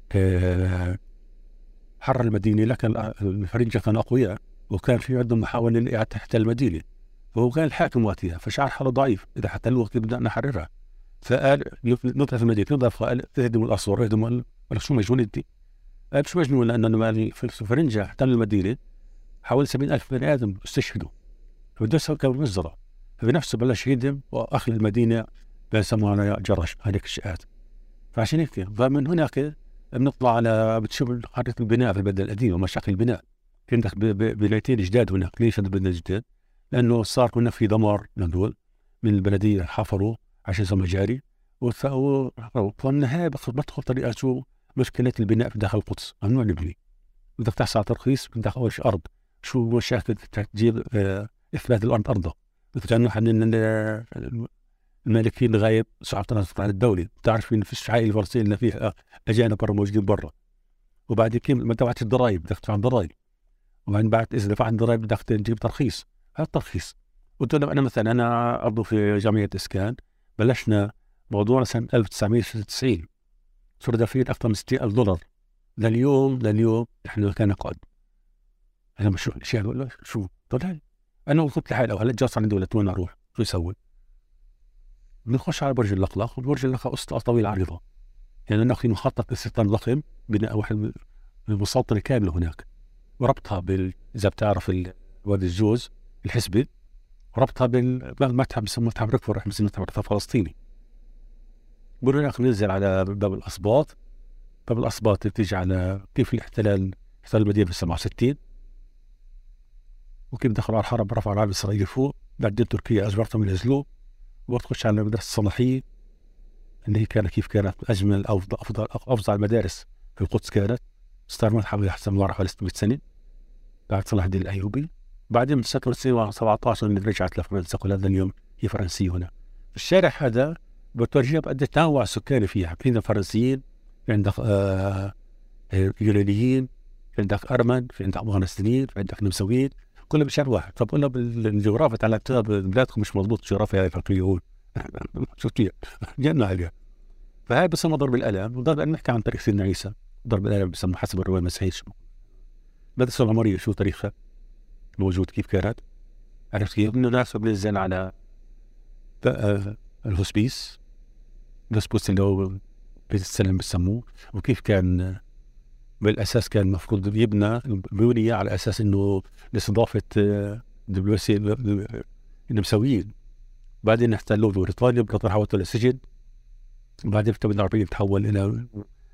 حرر المدينة، لكن الفرنجة كانوا أقوياء وكان في عندهم محاولة لإعادة احتلال المدينة، فهو كان الحاكم وقتها، فشعر حاله ضعيف، إذا احتلوا وقت بدنا نحررها. فقال نضرب في المدينة، نضرب، قال تهدموا الأسوار، هدموا. قال شو مجنون أنت؟ قال مش مجنون، لأنه الفرنجة احتلوا المدينة، حوالي 70,000 بني آدم استشهدوا، فبده يسوي كان مجزرة، فبنفسه بلش يهدم وأخلى المدينة بيسموها جرش هذيك الشقات. فعشان هيك فمن هناك بنطلع على بتشوف حركة البناء في البلد القديمة ومشاكل البناء. في عندك بنايتين جداد هناك. ليش هذا البناء جداد؟ لأنه صار هنا في دمار لدول من البلدية، حفروا عشان يسوي مجاري فالنهاية بدخل طريقة شو مشكلة البناء في داخل القدس، ممنوع نبني، بدك تحصل على ترخيص، بدك أول شيء أرض. شو مشاكل تجيب إثبات الأرض أرضه، بدك تعمل واحد من المالكين الغايب صعب تنظر على الدولة. بتعرف إن في عائلة فلسطين اللي فيها أجانب برا موجودين برا، وبعد كم ما دفعت الضرائب بدك تدفع الضرائب، وبعدين بعد إذا دفعت الضرائب بدك تجيب ترخيص. هذا الترخيص. قلت له أنا مثلا أنا عضو في جمعية إسكان، بلشنا موضوعنا سنة 1996، صار دافعين أكثر من $60,000 لليوم إحنا كان نقعد. أنا مش الأشياء أقول له شو طلع، أنا قلت لحالي هلا جالس عندي ولا وين أروح شو يسوي؟ بنخش على برج اللقلق، وبرج اللقلق قصة طويلة عريضة، يعني ناخذ مخطط استيطان ضخم، بناء واحد المسلطنة كاملة هناك، وربطها إذا بتعرف وادي الجوز الحسبة، وربطها بالمتحف بسموه متحف ركفور، احنا بنسميه متحف فلسطيني. بنروح ننزل على باب الأسباط. باب الأسباط بتيجي على كيف احتل المدينة في 67، وكيف دخلوا على الحرب رفعوا العلم الإسرائيلي فوق، بعدين تركيا أجبرتهم ينزلوه، وتخش على مدرسة الصلاحية اللي هي كيف كانت أجمل أفضل المدارس في القدس، كانت استعمرت حوالي 600 سنة بعد صلاح الدين الأيوبي. بعدين من سنة 1917 اللي رجعت لفرنسا، كل هذا اليوم هي فرنسية هنا. الشارع هذا بتورجيها بقد تنوع سكاني فيها، في عندك فرنسيين، في عندك يونانيين، في عندك أرمن، في عندك أفغانستانيين، في عندك نمساويين، كله بشهر واحد. طب قلنا بالجغرافيا تعلمتها ببلادكم مش مضبوط، الجغرافيا هاي فقريون شو كيف جينا عليها. فهاي بسمى ضرب القلم. وضرب القلم نحكي عن تاريخ سيدنا عيسى. ضرب القلم بسمى حسب الرواية المسيحية. المدرسة العمرية شو تاريخها موجود كيف كانت؟ عرفت كيف؟ إنه ناس بنزل على الهوسبيس اللي هو بيت السلام بسموه. وكيف كان بالأساس كان المفروض يبنى بنية على أساس إنه لاستضافة دبلوماسية النمساويين. بعدين احتلوه بريطانيا، بريطانيا حولته لسجن. بعدين في 48 تحول إلى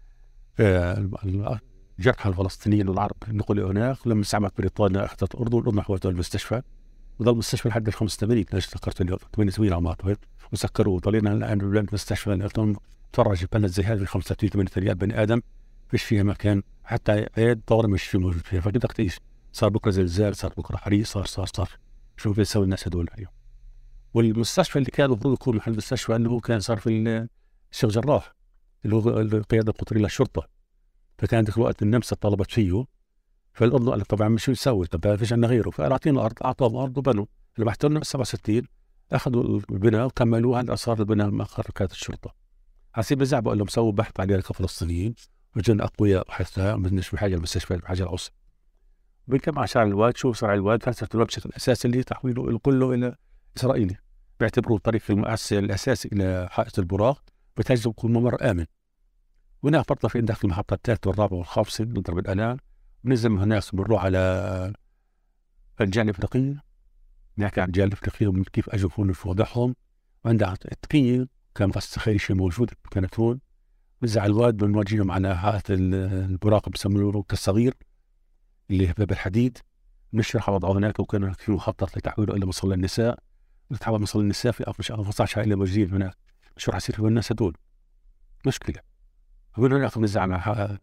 الجرحى الفلسطينيين والعرب نقلوا هناك. لما استعمرت بريطانيا أخذت الأردن حولته للمستشفى، وظل المستشفى لحد ال 85. ليش ذكرت اليوم 78 عمات وسكروه. وضلينا الآن بالمستشفى نتفرج بلد زي هذه 35 ريال بني آدم فيش فيها مكان حتى عيد طوارئ مش في موجود فيها. فبدك تعيش. صار بكره زلزال، صار بكره حريق، صار شو بيسوي الناس هذول اليوم. والمستشفى اللي كان المفروض يكون محل المستشفى اللي هو كان صار في الشيخ جراح اللي هو القياده القطريه للشرطه. فكان ذاك الوقت النمسا طلبت فيه، فالأردن قال طبعا مش يسوي، طب فيش عندنا غيره. فقال اعطينا ارض، اعطاهم ارض وبنوا. لما احتلنا 67 اخذوا البناء وكملوها هلا صار البناء مقر وكاله الشرطه. حسيب بزعل بقول لهم سووا بحث علينا كفلسطينيين وجن اقوياء حتى مش بحاجه المستشفيات بحاجه العصر. بنكم عشان الواد شو صار الواد فلسفه الواد بشكل اساسي اللي تحويله كله الى اسرائيلي. بيعتبروه الطريق الاساسي الى حائط البراق، بتجد يكون ممر امن. وهناك برضه في داخل المحطه الثالثه والرابعه والخامسه نضرب الالان. بننزل من هناك بنروح على الجاليه الافريقيه، نحكي عن الجاليه الافريقيه كيف اجوا هون في وضعهم. وعندها تقيه كان بس خير شيء موجود كانت هون. بنزع الواد بنواجههم على حائط البراق بسموه البراق الصغير اللي باب الحديد. بنشرح وضعه هناك. وكان في مخطط لتحويله الى مصلى النساء. بتحول مصلى النساء في 15 عائله موجودين هناك. شو راح يصير في الناس هدول؟ مشكله. ومن هناك بنزع مع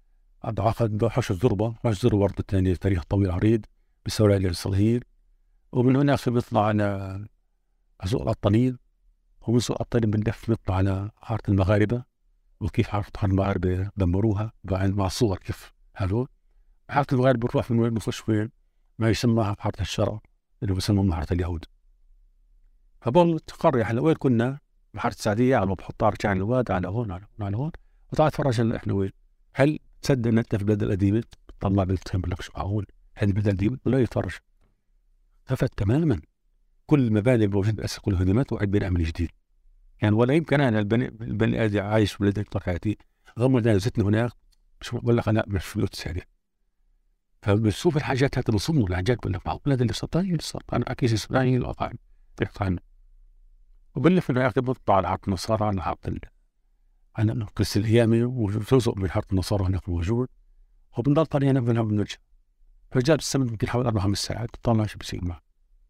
حوش الزربه. حوش الزربه برضه الثاني تاريخ طويل عريض بيسوي عليه الصهيل. ومن هناك بنطلع على سوق القطانين. ومن سوق القطانين بنلف نطلع على حاره المغاربه. وكيف حاره المغاربه دمروها مع صور كيف هذول. حاره المغاربه بنروح من وين بنخش وين ما يسمى حاره الشرق اللي بسموها حاره اليهود. فبول تقرر هلا وين كنا بحاره السعديه على بحطها رجعنا الواد على هون على هون. وطلعت تفرج احنا وين. هل تصدق ان انت في البلد القديمه تطلع بتقول لك شو معقول هذه البلد القديمه ولا يتفرج. خفت تماما. كل المباني الموجوده اساسا كلها هدمت وعد بناء من جديد. يعني ولا يمكن انا البني ادم عايش في بلد طول حياتي غمض انا زتنا هناك مش بقول لك انا مش في بيوت هذه. فبنشوف الحاجات هذه بنصدموا الحاجات بقول لك معقول هذا اللي صار طيب صار انا اكيد اسرائيل القطع تحكي عنه. وبنلف انه ياخذ بنطلع على حاره النصارى على حاره على قصة الأيامي وجزء من حاره النصارى هناك موجود. وبنضل طالعين هناك بنرجع. فجاب السمن يمكن حوالي 4-5 ساعات بطلع شو بصير معه.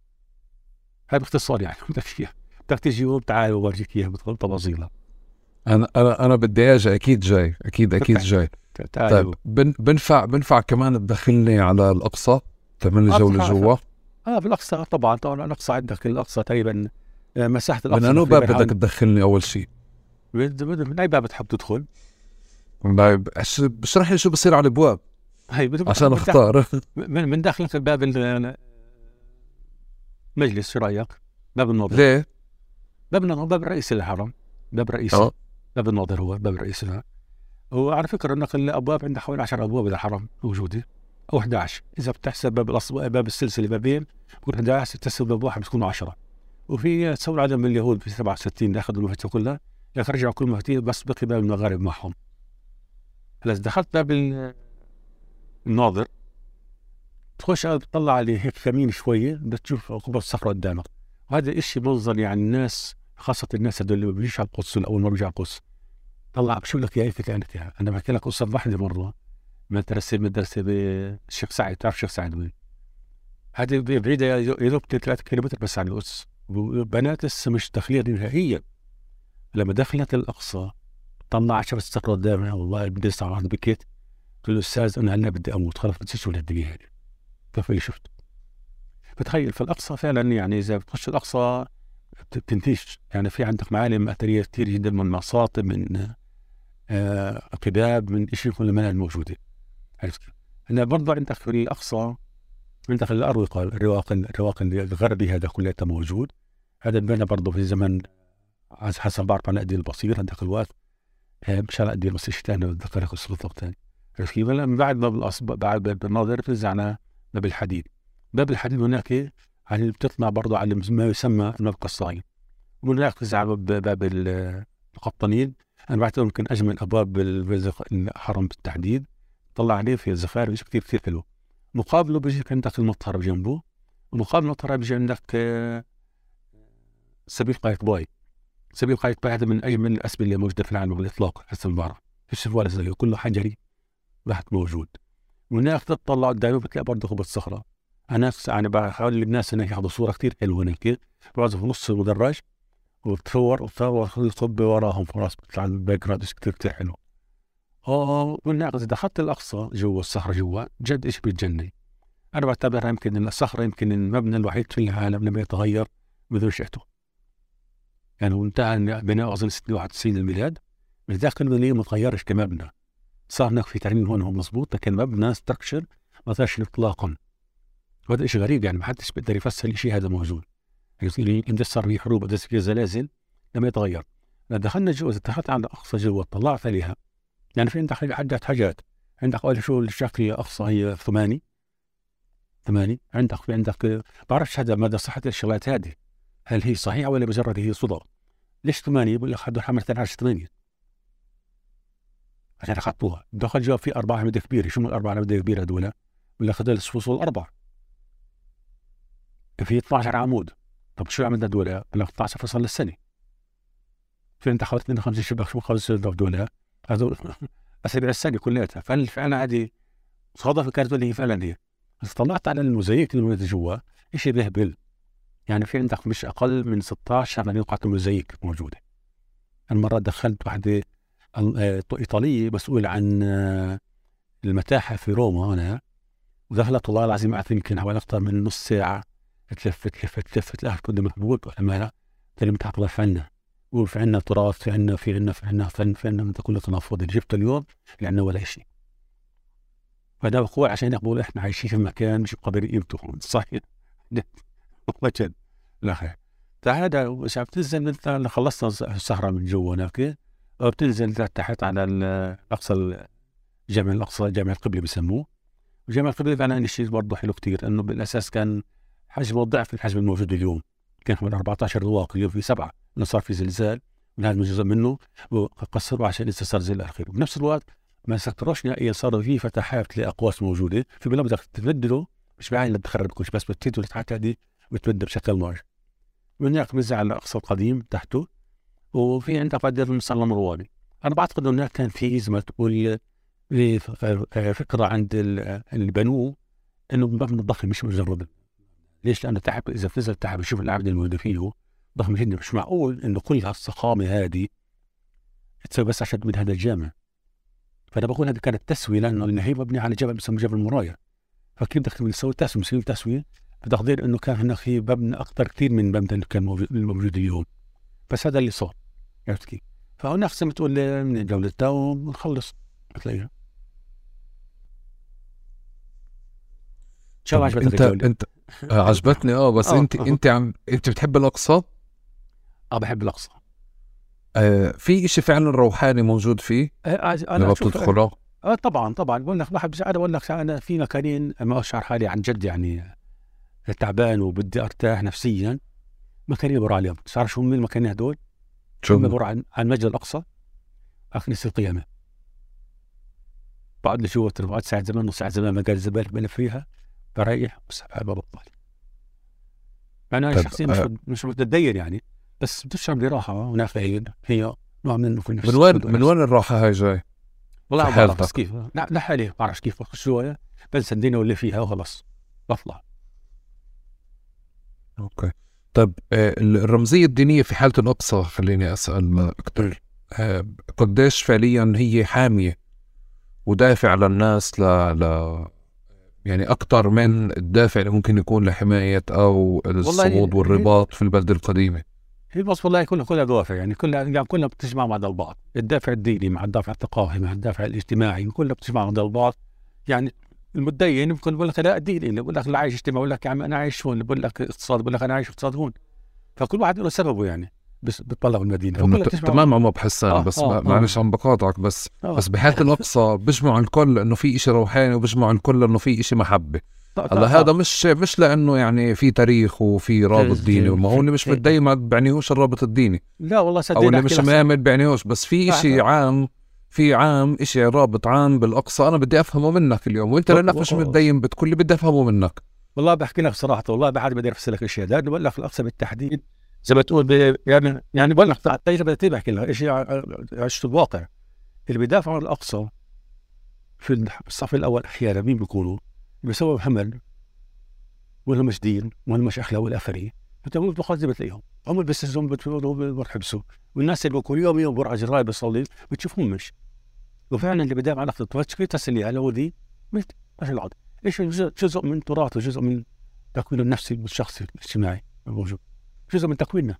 هذا باختصار يعني بدك تجي يوم تعال وورجيك اياها بتفاصيلها. انا بدي اجي اكيد جاي اكيد جاي. طيب بنفع كمان تدخلني على الاقصى تعمل لي جوله جوا. بالاقصى طبعا الاقصى عندك الاقصى تقريبا مساحه الاقصى. من انو باب بدك تدخلني اول شيء؟ من اي باب بتحب تدخل؟ اشرح لي شو بصير على الابواب عشان اختار. من داخلك الباب المجلس شو رايك؟ باب الناظر. ليه؟ باب الناظر باب الرئيسي للحرم. باب رئيسي. باب الناظر هو باب الرئيسي لها. هو على فكره انك الابواب عندها حوالي 10 ابواب للحرم موجوده او 11 اذا بتحسب باب السلسله بابين بكون 11 تحسب باب واحد بتكونوا 10. وفي تصور عدد من اليهود في 67 اخذوا المفتي كلها رجعوا كل مفتي بس بقي باب المغارب معهم. هلا دخلت باب الناظر تخش تطلع عليه هيك يمين شويه بتشوف قبه الصخره قدامك. وهذا الشيء منظر يعني الناس خاصه الناس هذول اللي بيجوا على القدس اول مره بيجوا على القدس طلع بشوف لك اياها كانت يعني. انا بحكي لك قصه واحده مره مدرسه بالشيخ سعد. تعرف الشيخ سعد وين؟ هذه بعيده يا دوب 3 كيلومتر بس عن القدس. بنات لسه مش داخلين نهائيا. لما دخلت الاقصى طلع 10 صخره قدامها والله بدي اسمع واحد بكيت. قلت له استاذ انا هلا بدي اموت خلص بدي شو الدنيا هذه. كيف اللي شفت. بتخيل في الاقصى فعلا يعني اذا بتخش الاقصى بتنتيش يعني في عندك معالم اثريه كثير جدا من مصاطب من قباب من شيء كل المنال الموجوده. عرفت؟ هلا برضه عندك في الاقصى عندك الأروقة، الرواق الغربي هذا كله موجود. هذا بنى برضه في زمن حسب بعرف على قدي البصير هذاك الوقت، مش على قدي البصير ثاني بتذكر لك السلطة ثاني. كيف؟ من بعد بعد باب الناظر بترجعنا باب الحديد. باب الحديد هناك يعني بتطلع برضه على ما يسمى المبقى الصهيوني، ومن هناك بترجع باب القطنين. أنا بعتبر يمكن أجمل أبواب الحرم بالتحديد، طلع عليه في الزخارف كثير كثير حلو. مقابله بيجي عندك المطهر بجنبه، ومقابل المطهر بيجي عندك سبيل قايتباي. سبيل قايتباي هذا من أجمل الأسبل اللي موجودة في العالم بالإطلاق حسب بعرف، فيش ولا زيه، كله حجري بحت موجود. وهناك تطلع قدامه بتلاقي برضه قبة صخرة. أنا يعني بحاول الناس هناك ياخذوا صورة كثير حلوة هناك، بعضهم في نص المدرج وبتصور يصب وراهم في راس بتطلع الباك جراوند كثير كثير حلو. والناقص إذا دخلت الأقصى جوا الصخرة جوا جد إيش بيتجنن. أنا بعتبرها يمكن الصخرة يمكن المبنى الوحيد في العالم لم يتغير منذ نشأته. يعني وانتهى بناء أظن 691 للميلاد، من ذاك المبنى ما تغيرش كمبنى. صار هناك في ترميم هون مضبوط، لكن مبنى ستراكشر ما صارش إطلاقا. وهذا شيء غريب، يعني ما حدش بيقدر يفسر الشيء هذا موجود. يعني صار في حروب بدأ في زلازل لم يتغير. دخلنا جوا، دخلت على أقصى جوا طلعت عليها، يعني في عندك حاجات. عندك أول شو الشكل أقصى هي 8. عندك في عندك بعرفش هذا مدى صحة الشغلات هذه، هل هي صحيحة ولا مجرد هي صدى؟ ليش 8؟ بقول لك حدوا حمل 8 عشان حطوها. دخل جوا في 4 أعمدة كبيرة. شو الأربع أعمدة كبيرة هذول؟ ولا خذ الفصول 4 في 12 عمود. طب شو عملنا هذول؟ ولا 12 فصل للسنة. في عندك حوالي 52 شباك. شو 52 هذول؟ هذول أسابيع السنة كلها. فعلا هذه صادف كانت اللي هي فعلا هي. بس طلعت على الموزايك اللي موجودة جوا شيء بيهبل. يعني في عندك مش أقل من 16 قطعة موزايك موجودة. المرة دخلت واحدة إيطالية مسؤول عن المتاحف في روما هنا، ودخلت والله العظيم قعدت يمكن حوالي أكثر من نص ساعة تلفت لا كنت مقبول ولا كلمة عطلة فعنا، وفي عنا تراث، في عنا فن، في عنا من كل تنافض اللي جبته اليوم اللي عنا ولا شيء. فده بقول عشان يقولوا احنا عايشين في مكان مش بقدر قيمته. صحيح والله جد. لا خير هذا مش بتنزل انت خلصنا السهرة من جوا هناك، بتنزل تحت على الأقصى، جامع الأقصى، جامع القبلة بسموه. وجامع القبلة فعلا شيء برضه حلو كتير، انه بالاساس كان حجمه ضعف الحجم الموجود اليوم. كان من 14 رواق، اليوم في 7، انه صار في زلزال من هذا جزء منه وقصروا عشان لسه صار زي الاخير. وبنفس الوقت ما سكروش نهائيا، صاروا في فتحات لاقواس موجوده في بلا بدك تبدله، مش بعين اللي بتخربكوش، بس بتفيدوا الفتحات هذه وتبدل بشكل معين. من هناك بنزل على الاقصى القديم تحته، وفي عندك بعد المصلى المرواني. انا بعتقد انه كان في زي ما تقول فكره عند اللي بنوه انه مبنى ضخم مش مجرد. ليش؟ لانه تحت اذا بتنزل تحت بشوف الاعمده الموجوده فيه ضخم جدا. مش معقول انه كل هالصخامه هذه تسوي بس عشان تبني هذا الجامع. فانا بقول هذه كانت تسويه، لانه هي مبنيه على جبل بسموه جبل المرايه. فكيف بدك تسوي تسويه بتقدير انه كان هناك في مبنى اكثر كثير من المبنى اللي كان موجود اليوم. بس هذا اللي صار، عرفت كيف؟ فهناك زي ما تقول من جولتها ونخلص بتلاقيها. شو عجبتك الجولة؟ انت عجبتني بس انت بتحب الاقصى؟ بحب الاقصى. في اشي فعلا روحاني موجود فيه لما بتدخله؟ طبعا بقول لك بقول لك انا في مكانين ما اشعر حالي عن جد يعني تعبان وبدي ارتاح نفسيا. مكانين بروح عليهم. صار شو من المكانين هدول؟ شو بروح عن المسجد الاقصى، كنيسة القيامة. بقعد لي جوا بعد ساعة زمان، نص ساعة زمان، ما قال الزبالة بين فيها، بريح وسحب ببطل. أنا شخصيا مش متدين يعني، بس بتشعر براحة هناك. هي نوع من من وين الراحة هاي جاي؟ والله ما بعرف كيف. لا حالي ما بعرف كيف، بخش شوية بنسى الدنيا واللي فيها وخلص بطلع. اوكي طيب، الرمزية الدينية في حالة الأقصى خليني أسأل أكثر. قديش فعليا هي حامية ودافع للناس يعني أكتر من الدافع اللي ممكن يكون لحماية أو الصمود والرباط في البلدة القديمة؟ هي بس والله كلها دوافع، يعني كلها بتجمع مع البعض. الدافع الديني مع الدافع الثقافي مع الدافع الاجتماعي، كلها بتجمع مع البعض. يعني المتدين يمكن بقول لك لا ديني، اللي بقول لك لا عايش اجتماعي بقول لك يا عم انا عايش هون، اللي بقول لك اقتصاد بقول لك انا عايش اقتصاد هون. فكل واحد له سببه يعني، بس بتطلعوا المدينه تمام عم بحسان. بس معلش عم بقاطعك بس بس بحياة الأقصى بيجمع الكل انه في اشي روحاني، وبيجمع الكل انه في اشي محبة. هلا هذا مش لانه يعني في تاريخ وفي رابط ديني، وما هو اللي مش متدين ما بعنيهوش الرابط الديني. لا والله او اللي مش مآمن بعنيهوش، بس في اشي عام، اشي رابط عام بالاقصى انا بدي افهمه منك اليوم، وانت لانك مش متدين بتقول لي بدي افهمه منك. والله بحكي لك صراحه، والله بعد بدي افسر لك الشيء ده. بقول لك الاقصى بالتحديد زي ما تقول يعني بقول لك التجربه بحكي لك شيء عشت الواقع. اللي بيدافعوا عن الاقصى في الصف الاول احيانا مين بيكونوا؟ بيسووا همل ولا مش دين ولا مش اخلاق ولا اثري. انت مو بتخرج بتلاقيهم هم بيستسلموا بيرحبسوا، والناس اللي كل يوم بروح على الجرايد بيصلي بتشوفهم مش. وفعلا اللي بدافع عن الاقصى كيف تسلي على ودي مش العض. ايش جزء من تراثه، جزء من تكوينه النفسي والشخصي الاجتماعي موجود، جزء من تكويننا.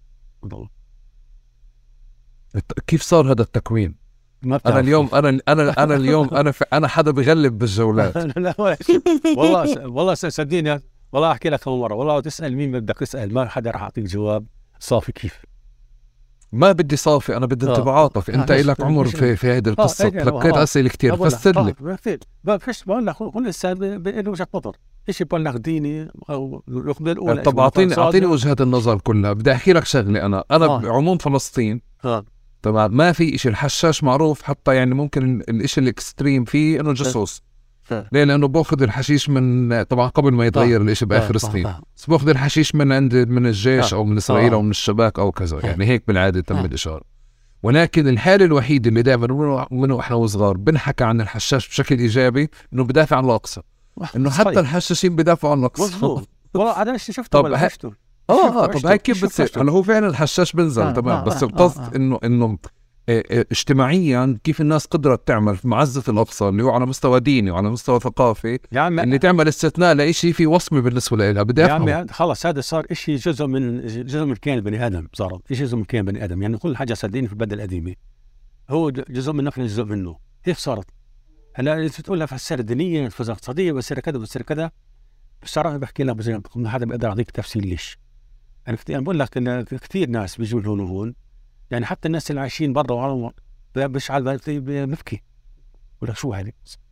كيف صار هذا التكوين؟ انا اليوم انا اليوم انا حدا بغلب بالجولات. لا والله صدقني، والله احكي لك كم مره، والله تسال مين بدك تسال ما حدا راح يعطيك جواب صافي. كيف ما بدي صافي، انا بدي انطباعاتك. انت لك عمر في هذه القصه، تلقيت اسئله كثير، فسر لي. فيش بقول لك كل انسان له وجهه نظر، ايش بقول لك ديني او الاولى. طب اعطيني وجهه النظر كلها. بدي احكي لك شغله، انا بعموم فلسطين تمام ما في إشي. الحشاش معروف حتى يعني ممكن الإشي الاكستريم فيه انه جاسوس. ليه؟ لانه باخذ الحشيش من طبعا قبل ما يتغير الإشي باخر سنين، بس باخذ الحشيش من الجيش او من اسرائيل او من الشباك او كذا، يعني هيك بالعاده تم الاشاره. ولكن الحاله الوحيده اللي دائما من احنا وصغار بنحكى عن الحشاش بشكل ايجابي انه بدافع عن الاقصى، انه حتى الحشاشين بدافعوا عن الاقصى. والله انا شفته ولا شفته. طب هاي كيف بتصير؟ هلا هو فعلا الحشاش بنزل تمام، بس القصد انه اجتماعيا كيف الناس قدرت تعمل في معزة الأقصى اللي هو على مستوى ديني وعلى مستوى ثقافي اللي تعمل استثناء لإشي في وصمة بالنسبة لها. بدي أفهم يا عمي خلص هذا صار إشي جزء من كيان بني آدم، صار جزء من كيان بني آدم. يعني كل حاجة صدقني في البلد القديمة هو جزء من نحن جزء منه. كيف صارت؟ هلا تقول لها فسر دينيا فسر اقتصادية بصير كذا بصير كذا، بس صراحة بحكي لك بس حدا بيقدر يعطيك تفسير ليش. أنا بقول لك إن كثير ناس بيجوا هون وهون، يعني حتى الناس اللي عايشين برا وعلى بشعل ببكي ولا شو هذه.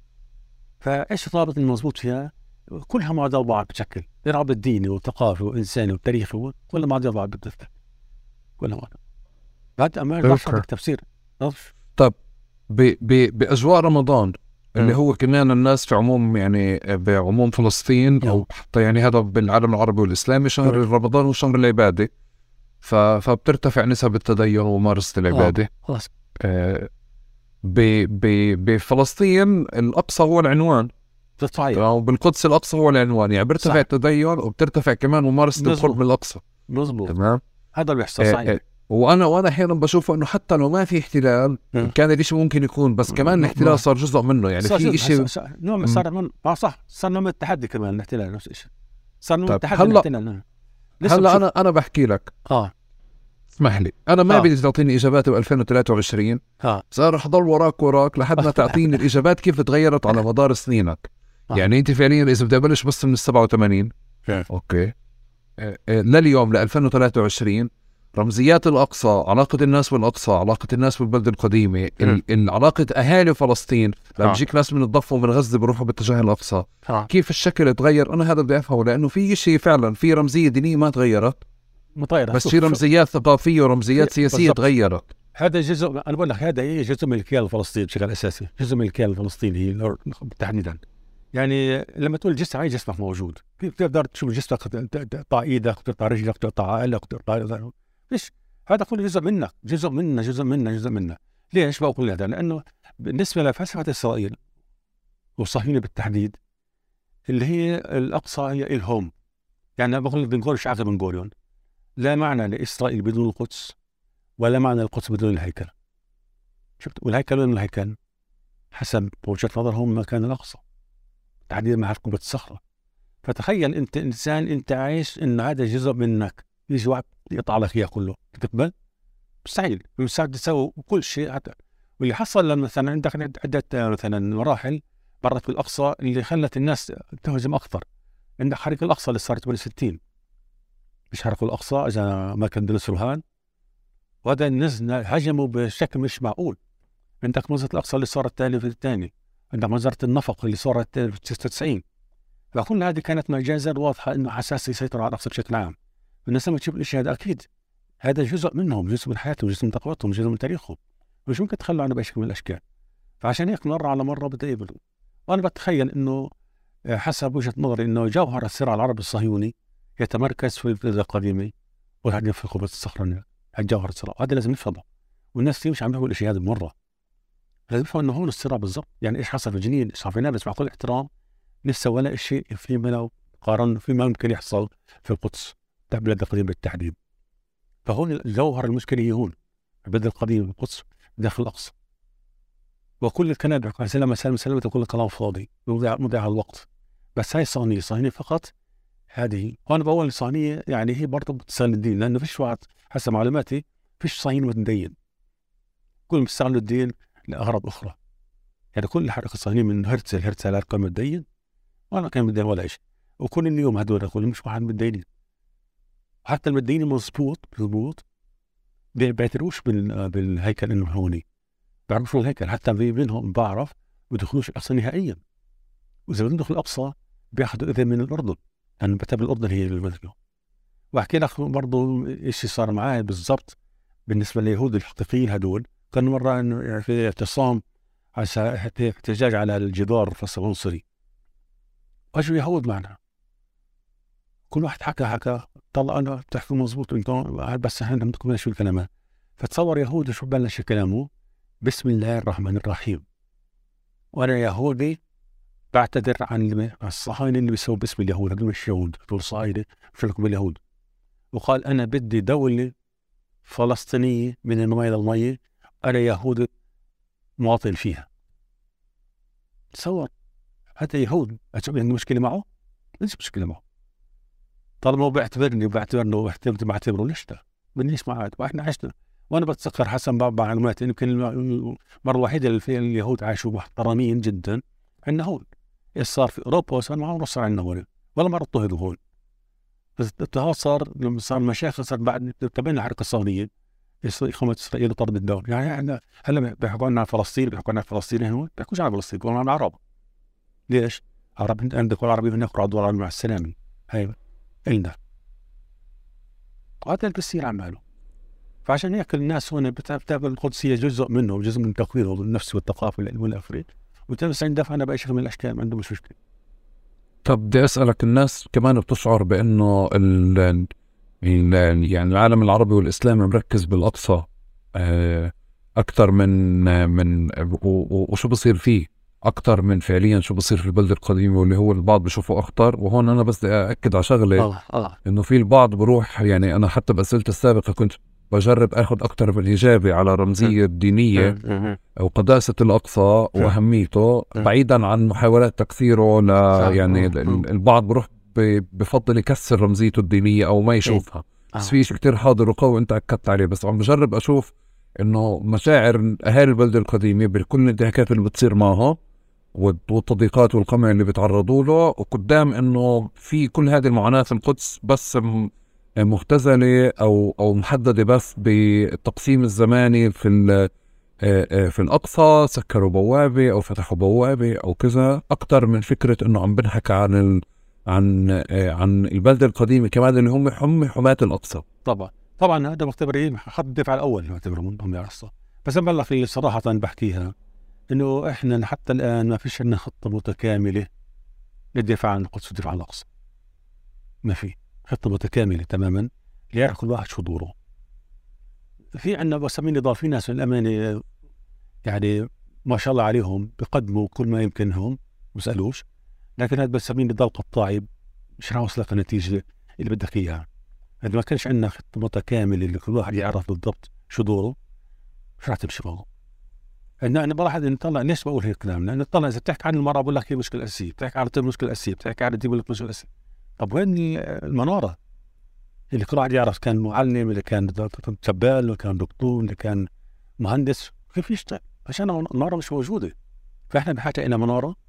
فايش الرابط المضبوط فيها؟ كلها مع بعض بتشكل رابط ديني وثقافي وانساني وتاريخي، كلها مع بعض بتدفع كلها مع بعض. ما بعرف تفسير. طب باجواء رمضان اللي هو كمان الناس في عموم يعني بعموم فلسطين او حتى يعني هذا بالعالم العربي والاسلامي شهر رمضان وشهر العباده، فبترتفع نسب التدين وممارسة العبادة. خلاص بفلسطين الأقصى هو العنوان، وبالقدس الأقصى هو العنوان، يعني بيرتفع التدين وبترتفع كمان ممارسة القرب من الأقصى. مظبوط تمام. هذا اللي بيحصل صحيح. وانا احيانا بشوف انه حتى لو ما في احتلال كان الاشي ممكن يكون، بس كمان الاحتلال صار جزء منه، يعني في اشي نوع صار من صح صار نوع من التحدي كمان. الاحتلال نفس الشيء صار نوع من التحدي. هلا انا بحكي لك اسمح لي، انا ما بدي تعطيني اجابات ب 2023 صار رح ضل وراك لحد ما تعطيني الاجابات كيف تغيرت على مدار سنينك. يعني انت فعليا اذا بدي ابلش بس من 87 اوكي لليوم ل 2023 رمزيات الأقصى، علاقة الناس بالأقصى، علاقة الناس بالبلد القديمة، علاقة أهالي فلسطين لما بيجيك ناس من الضفة ومن غزة بيروحوا باتجاه الأقصى، كيف الشكل تغير. أنا هذا بدي أفهمه، لأنه في شيء فعلا في رمزية دينية ما تغيرت بس في رمزيات ثقافية ورمزيات سياسية تغيرت. هذا جزء، أنا بقول لك هذا جزء من الكيان الفلسطيني بشكل أساسي، جزء من الكيان الفلسطيني تحديدا. يعني لما تقول جسم هاي جسمك موجود، كيف تقدر تشوف جسمك تقطع إيدك تقطع رجلك تقطع عقلك تقطع ليش؟ هذا كله جزء منك، جزء منا. ليش بقول هذا؟ لأنه بالنسبة لفلسفة إسرائيل والصهيونية بالتحديد اللي هي الأقصى هي الهوم. يعني بقول بن غوريون شعر بن غوريون لا معنى لإسرائيل بدون القدس ولا معنى القدس بدون الهيكل. شفت؟ والهيكل وين الهيكل؟ حسب وجهة نظرهم مكان الأقصى تحديدا مع قبة الصخرة. فتخيل أنت إنسان أنت عايش إن هذا جزء منك، يجي واحد يقطع لك إياه كله تقبل؟ مستحيل. مستعد تسوي كل شيء حتى. واللي حصل لما مثلا عندك عدة مثلا مراحل مرت بالأقصى اللي خلت الناس تهجم أكثر. عندك حريق الأقصى اللي صار 68، مش حرقوا الأقصى إذا ما كان دنس رهان، وهذا الناس هجموا بشكل مش معقول. عندك منظرة الأقصى اللي صارت تاني في الثاني، عندك منظرة النفق اللي صارت في 96. فكل هذه كانت مجازر واضحة إنه حساس يسيطر على الأقصى بشكل عام. الناس لما تشوف الشيء هذا أكيد هذا جزء منهم، جزء من حياتهم، جزء من تقوتهم، جزء من تاريخهم، مش ممكن تخلوا عنه بأي شكل من الأشكال. فعشان هيك مرة على مرة بدأ يبدو. وأنا بتخيل إنه حسب وجهة نظري إنه جوهر الصراع العربي الصهيوني يتمركز في البلاد القديمة وهذه في قبة الصخرة. جوهر الصراع هذا لازم نفهمه، والناس مش عم بيقول الشيء هذا مرة. لازم نفهم إنه هون الصراع بالضبط. يعني إيش حصل في جنين، إيش صار في نابلس، مع كل احترام لسه ولا شيء فيما قارن فيما ممكن يحصل في القدس تبع البلاد القديمة بالتحديد. فهون جوهر المشكلة هي هون البلد القديم القدس داخل الأقصى. وكل الكلام بيحكوا سلام سلام كل كلام فاضي مضيع الوقت. بس هاي صهيونية فقط. هذه وأنا بقول الصهيونية يعني هي برضه بتستغل الدين، لأنه فيش واحد حسب معلوماتي فيش صهيوني متدين، كلهم بيستغلوا الدين لأغراض أخرى. يعني كل الحركة الصهيونية من هرتزل لا كان متدين ولا كان متدين ولا شيء، وكل اليوم هدول كلهم مش واحد متدينين. حتى المتدينين مظبوط بيعتروش بالهيكل إنه هوني، بيعرفوا الهيكل. حتى في منهم بعرف بدخلوش الأقصى نهائيا، وإذا بدهم يدخلوا الأقصى بياخذوا إذن من الأردن، لأن بتبع الأردن هي المدخل. وأحكي لك برضو إيش صار معي بالضبط بالنسبة لليهود الحقيقيين هدول. كان مرة إنه في اعتصام احتجاج على الجدار في العنصري، واجوا يهود معنا، كل واحد حكى طلع أنا بتحكي مظبوط أنتم، بس احنا بدكم شو الكلام. فتصور يهود شو بلش كلامه، بسم الله الرحمن الرحيم، وأنا يهودي بعتذر عن الصهاينة اللي بيسووا باسم اليهود، هذول مش يهود، هذول صهاينة مش لكم اليهود. وقال أنا بدي دولة فلسطينية من الماء للمية، أنا يهودي مواطن فيها. تصور هذا يهود، أشوف عندي مشكلة معه؟ ليش مشكلة معه؟ طالما هو بيعتبرني بعتبره ليش ده؟ بديش معه. وإحنا عشنا، وأنا بتذكر حسن معلومات يمكن المرة الوحيدة اللي في اليهود عاشوا محترمين جدا عندنا هون. إيش صار في أوروبا وصار معهم نص عندنا هون، ولا مرة اضطهدوا هون. بس الاضطهاد صار لما صار المشاكل، صار بعد تبين الحركة الصهيونية إقامة إسرائيل وطرد الدولة. يعني إحنا هلا بيحكوا لنا عن فلسطين، بيحكوا لنا عن فلسطين هون، بيحكوش عن فلسطين، بيحكوا عن العرب. ليش؟ عرب عندك والعربي هناك عضو العالم مع السلامة. هاي إلنا وهذا اللي بيصير عماله. فعشان هيك الناس هون بتعتبر القدسية جزء منه، جزء من تكوينه النفسي والثقافي والأفريقي، وتنسى يندفع عنها بأي شكل من الأشكال، ما عنده مش مشكلة. طب بدي أسألك، الناس كمان بتشعر بأنه يعني العالم العربي والإسلامي مركز بالأقصى أكثر من وشو بصير فيه أكثر من فعليا شو بصير في البلد القديمة، واللي هو البعض بشوفه أخطر. وهون أنا بس بدي أأكد على شغلة، إنه في البعض بروح، يعني أنا حتى بأسئلة السابقة كنت بجرب أخذ أكثر من الإجابة على رمزية الدينية وقداسة الأقصى وأهميته، بعيدا عن محاولات تكثيره. يعني البعض بروح بفضل يكسر رمزيته الدينية أو ما يشوفها. بس في شيء كتير حاضر وقوي أنت أكدت عليه. بس عم بجرب أشوف إنه مشاعر أهالي البلدة القديمة بكل الانتهاكات اللي بتصير معها والتضييقات والقمع اللي بيتعرضوا له، وقدام إنه في كل هذه المعاناة في القدس بس مختزلة أو محددة بس بالتقسيم الزماني في الأقصى، سكروا بوابة أو فتحوا بوابة أو كذا، أكتر من فكرة إنه عم بنحكي عن البلدة القديمة كمان اللي هم حماة الأقصى. طبعا هذا معتبرين خط الدفاع الأول يعتبرون هم يعرصوا. بس أنا في صراحة بحكيها إنه إحنا حتى الآن ما فيش عندنا خطة متكاملة للدفاع عن القدس والدفاع عن الأقصى. ما في خطة متكاملة تماما ليعرف كل واحد شو دوره. في عندنا بسمين نضال، في ناس الأمانة يعني ما شاء الله عليهم بيقدموا كل ما يمكنهم بيسألوش، لكن هذا بسمين نضال قطاعي مش راح يوصلك النتيجة اللي بدك إياها. إذا ما كانش عندنا خطة متكاملة اللي كل واحد يعرف بالضبط شو دوره مش راح تمشي معه. أنا بلاحظ إن طلع ليش بقول هيك كلام، لأن طلع إذا بتحكي عن المرأة بقول لك هي مشكلة أساسية، بتحكي عن الطب مشكلة أساسية، بتحكي عن الدين بقول لك مشكلة أساسية. طب وين المنارة اللي كل واحد يعرف؟ كان معلم، اللي كان سبال، اللي كان دكتور، اللي كان مهندس، كيف يشتغل؟ عشان المنارة مش موجودة. فإحنا بحاجة إلى منارة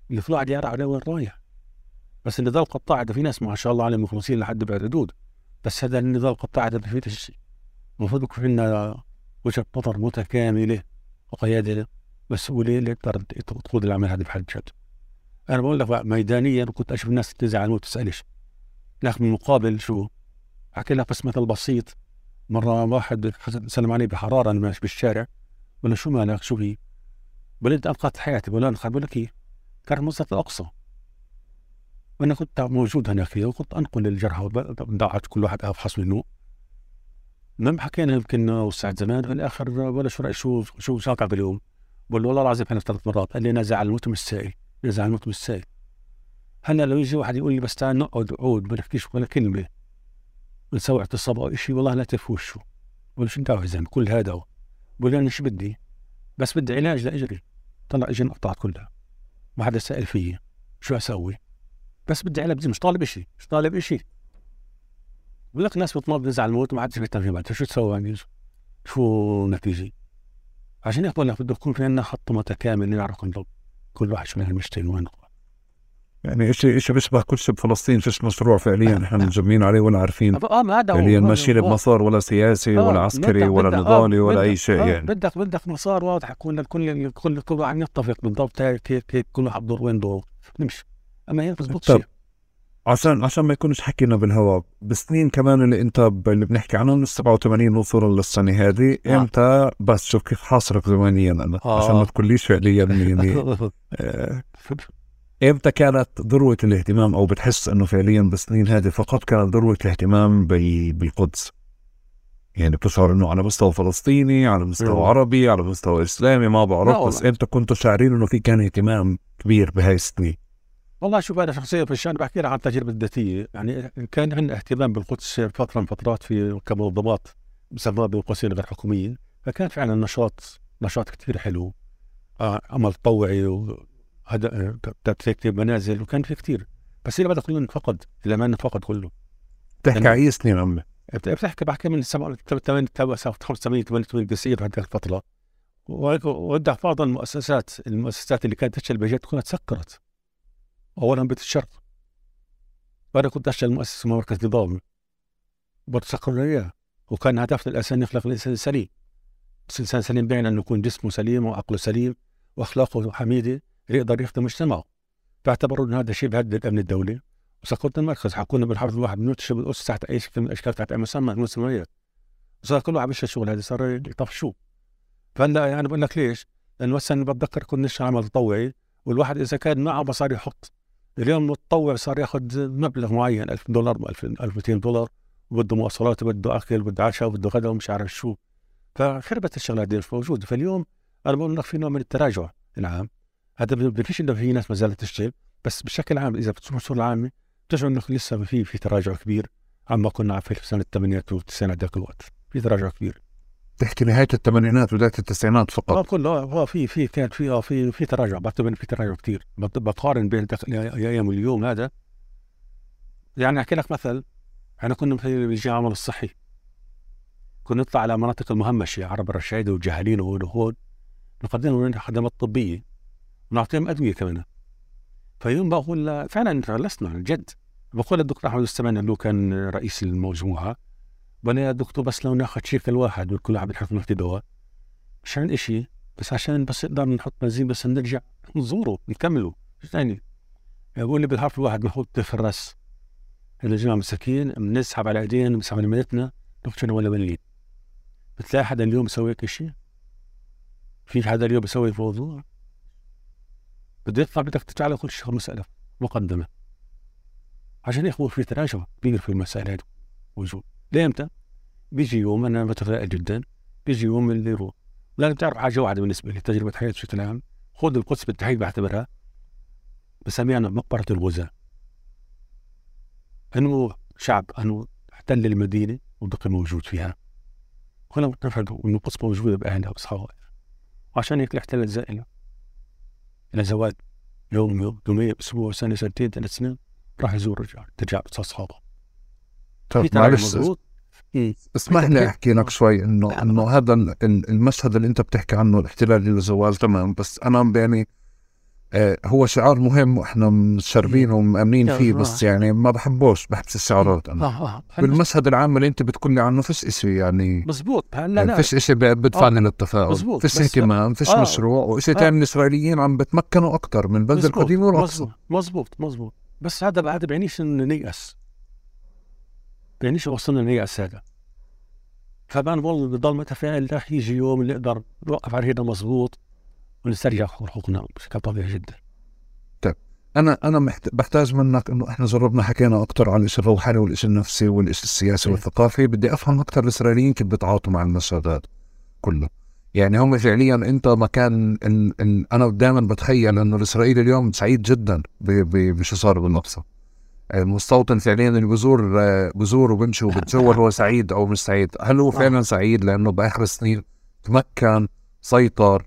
اللي في الواحد يعرف عليه وين رايح. بس النضال القطاع ده في ناس ما شاء الله عليهم مخلصين لحد بعد حدود، بس هذا النضال القطاع ده ما فيش شيء. المفروض يكون عندنا وجهة نظر متكاملة وقيادة مسؤولة اللي تقدر تقود العمل هذا بحد جد. أنا بقول لك ميدانيا كنت أشوف الناس تزعل وتسألش، لكن من المقابل شو أحكي لك بس مثل بسيط. مرة واحد سلم علي بحرارة أنا ماشي بالشارع، ولا شو مالك شو هي؟ بلد أنقذت حياتي. بقول لك إيه؟ كان مصرف الأقصى، وأنا كنت موجود هناك فيه وكنت أنقل الجرحى وضعت كل واحد أفحص منه. لما حكينا يمكن وسع زمان في الآخر ولا شو رأي شو شاقع باليوم. بقول له والله العظيم أنا 3 مرات. قال لي نزع الموت من السائل، نزع الموت من السائل. هلا لو يجي واحد يقول لي بس تعال نقعد عود ما نحكيش ولا كلمة ونسوي اعتصاب أو شيء، والله لا تفوشه. بقول شو انت عاوز كل هذا؟ بقول له أنا شو بدي؟ بس بدي علاج لأجري. طلع اجري انقطعت كلها، ما حدا سأل فيي شو اسوي، بس بدي علاج. مش طالب شيء، مش طالب شيء. بقول لك الناس بتمرض نزع الموت وما حدش بيهتم فيه بعد. شو تسوي يعني؟ شو النتيجة؟ عشان هيك بقول لك بده يكون في عندنا خط متكامل نعرف نضرب كل واحد شو المشتري وين. يعني إشي بيشبه كل شيء بفلسطين. فيش مشروع فعليا إحنا مجمعين عليه ولا عارفين ما هذا فعليا ماشيين بمسار ولا سياسي ولا عسكري ولا نضالي ولا أي شيء. يعني بدك مسار واضح يكون كل واحد يتفق بالضبط هيك كل واحد دور وين دوره نمشي. أما هي بزبط شيء عشان ما يكونش حكينا بالهواء. بسنين كمان اللي انت اللي بنحكي عنهم 87 وصولا للسنة هذه امتى بس شوف كيف حاصرك زمانيا انا عشان ما تقوليش فعليا يعني امتى كانت ذروة الاهتمام او بتحس انه فعليا بسنين هذه فقط كانت ذروة الاهتمام بالقدس؟ يعني بتشعر انه على مستوى فلسطيني، على مستوى عربي، على مستوى اسلامي، ما بعرف، بس امتى كنتوا شاعرين انه في كان اهتمام كبير بهاي السنين؟ والله شوف أنا شخصيا في الشأن بحكي لك عن تجربة ذاتية. يعني كان عندنا اهتمام بالقدس فترة من فترات في كمنظمات بسموها بين قوسين غير حكومية، فكان فعلا نشاط كتير حلو. عمل تطوعي وهذا ترتيب منازل وكان في كتير. بس إذا بدك كله انفقد، إلا ما انفقد كله. تحكي أي سنين عمي؟ بحكي من 85 90 هذيك الفترة. وودع بعض المؤسسات اللي كانت تشتغل بجد كلها تسكرت. أولا بيت الشرق، وأنا كنت أشتغل مؤسسة مركز نظامي وبتسكروا إياه. وكان هدفنا الأساسي نخلق الإنسان السليم. بس الإنسان السليم بيعني أنه يكون جسمه سليم وعقله سليم وأخلاقه حميدة يقدر يخدم مجتمعه. فاعتبروا أن هذا شيء بهدد الأمن الدولي وسكرت المركز. حكونا بالحرب الواحد من تشتغل الأسس تحت أي شكل من الأشكال تحت أي مسمى من المسميات. وصار كله عم يشتغل شغل هذا صار يطفشوه. فهلا يعني بقول لك ليش؟ لأنه مثلا بتذكر كنا نشتغل عمل تطوعي والواحد إذا كان معه مصاري يحط. اليوم المتطوع صار ياخذ مبلغ معين $1000 $1200 وبده مواصلات وبده أكل وبده عشاء وبده غدا ومش عارف شو. فخربت الشغلة هذه مش موجودة. فاليوم أنا بقول لك في نوع من التراجع العام. هذا بدفيش إنه في ناس ما زالت تشتغل، بس بشكل عام إذا بتشوف الصورة العامة بتشعر إنه لسه في تراجع كبير عما كنا في سنة الثمانينات والتسعينات ذاك الوقت. في تراجع كبير. تحكي نهاية الثمانينات وبداية التسعينات فقط؟ كله في كان في تراجع. بعتبر في تراجع كتير. بقارن بين أيام اليوم هذا. يعني أحكي لك مثل، احنا كنا في العمل الصحي كنا نطلع على مناطق المهمشة عرب الرشيد والجهالين وهون نقدم لهم خدمات طبية ونعطيهم أدوية كمان. فيوم بقول فعلا لسنا جد. بقول الدكتور أحمد السماني اللي كان رئيس المجموعة، بقول يا دكتور بس لو ناخذ شيك الواحد والكل واحد بيحط نحط دواء مش عن إشي، بس عشان بس نقدر نحط بنزين بس نرجع نزوره نكمله. ايش ثاني؟ يقول لي بالحرف الواحد بنحط في الراس اللي جماعة مساكين بنسحب على ايدين بنسحب على ملتنا نقتل ولا بنلين. بتلاقي حدا اليوم يسوي هيك شيء؟ في حدا اليوم يسوي الموضوع؟ بده يطلع بدك تدفع له كل شهر مسألة مقدمة. عشان هيك في تراجع كبير في المسائل هذه وجود. لامتى؟ بيجي يوم أنا متفائل جدا، بيجي يوم اللي يروح. لازم تعرف حاجة واحدة بالنسبة لي تجربة حياتي بشكل عام. خذ القدس بالتحديد بعتبرها بسميها أنا مقبرة الغزاة. أنه شعب أنه احتل المدينة وبقي موجود فيها. كنا متفقين إنه القدس موجودة بأهلها وأصحابها. وعشان هيك الاحتلال الزائل إلى زوال يومين أسبوع سنة سنتين 3 سنين راح يزور ترجع أصحابه. طب معلش اسمح لي أحكي لك شوي إنه هذا المشهد اللي أنت بتحكي عنه الاحتلال إلى زوال تمام، بس أنا يعني هو شعار مهم واحنا مشربينه ومأمنين فيه، بس يعني ما بحبوش، بحبس الشعارات انا. بالمشهد العام اللي انت بتقولي عنه فيش اشي يعني مزبوط. يعني فيش اشي بدفعني للتفاؤل، فيش اهتمام، فيش مشروع، واشي تاني الاسرائيليين عم بتمكنوا اكتر من البلد القديم والاقصى. مزبوط. بس هذا بعد بيعنيش انه نيأس، بيعنيش وصلنا لنيأس هذا. فبان والله بضل متفائل رح يجي يوم اللي نقدر نوقف على هذا مزبوط ونسترجع حقوقنا بشكل طبيعي جدا. طيب انا بحتاج منك انه احنا جربنا حكينا اكثر عن الشيء الروحاني والشيء النفسي والشيء السياسي والثقافي، بدي افهم اكثر الاسرائيليين كيف بيتعاطوا مع المشهد كله. يعني هم فعليا انت مكان انا دائما بتخيل انه الاسرائيلي اليوم سعيد جدا بشو صار بالاقصى. المستوطن فعليا اللي بزور وبمشي وبتجول هو سعيد او مش سعيد؟ هل هو فعلا سعيد لانه باخر السنين تمكن، سيطر،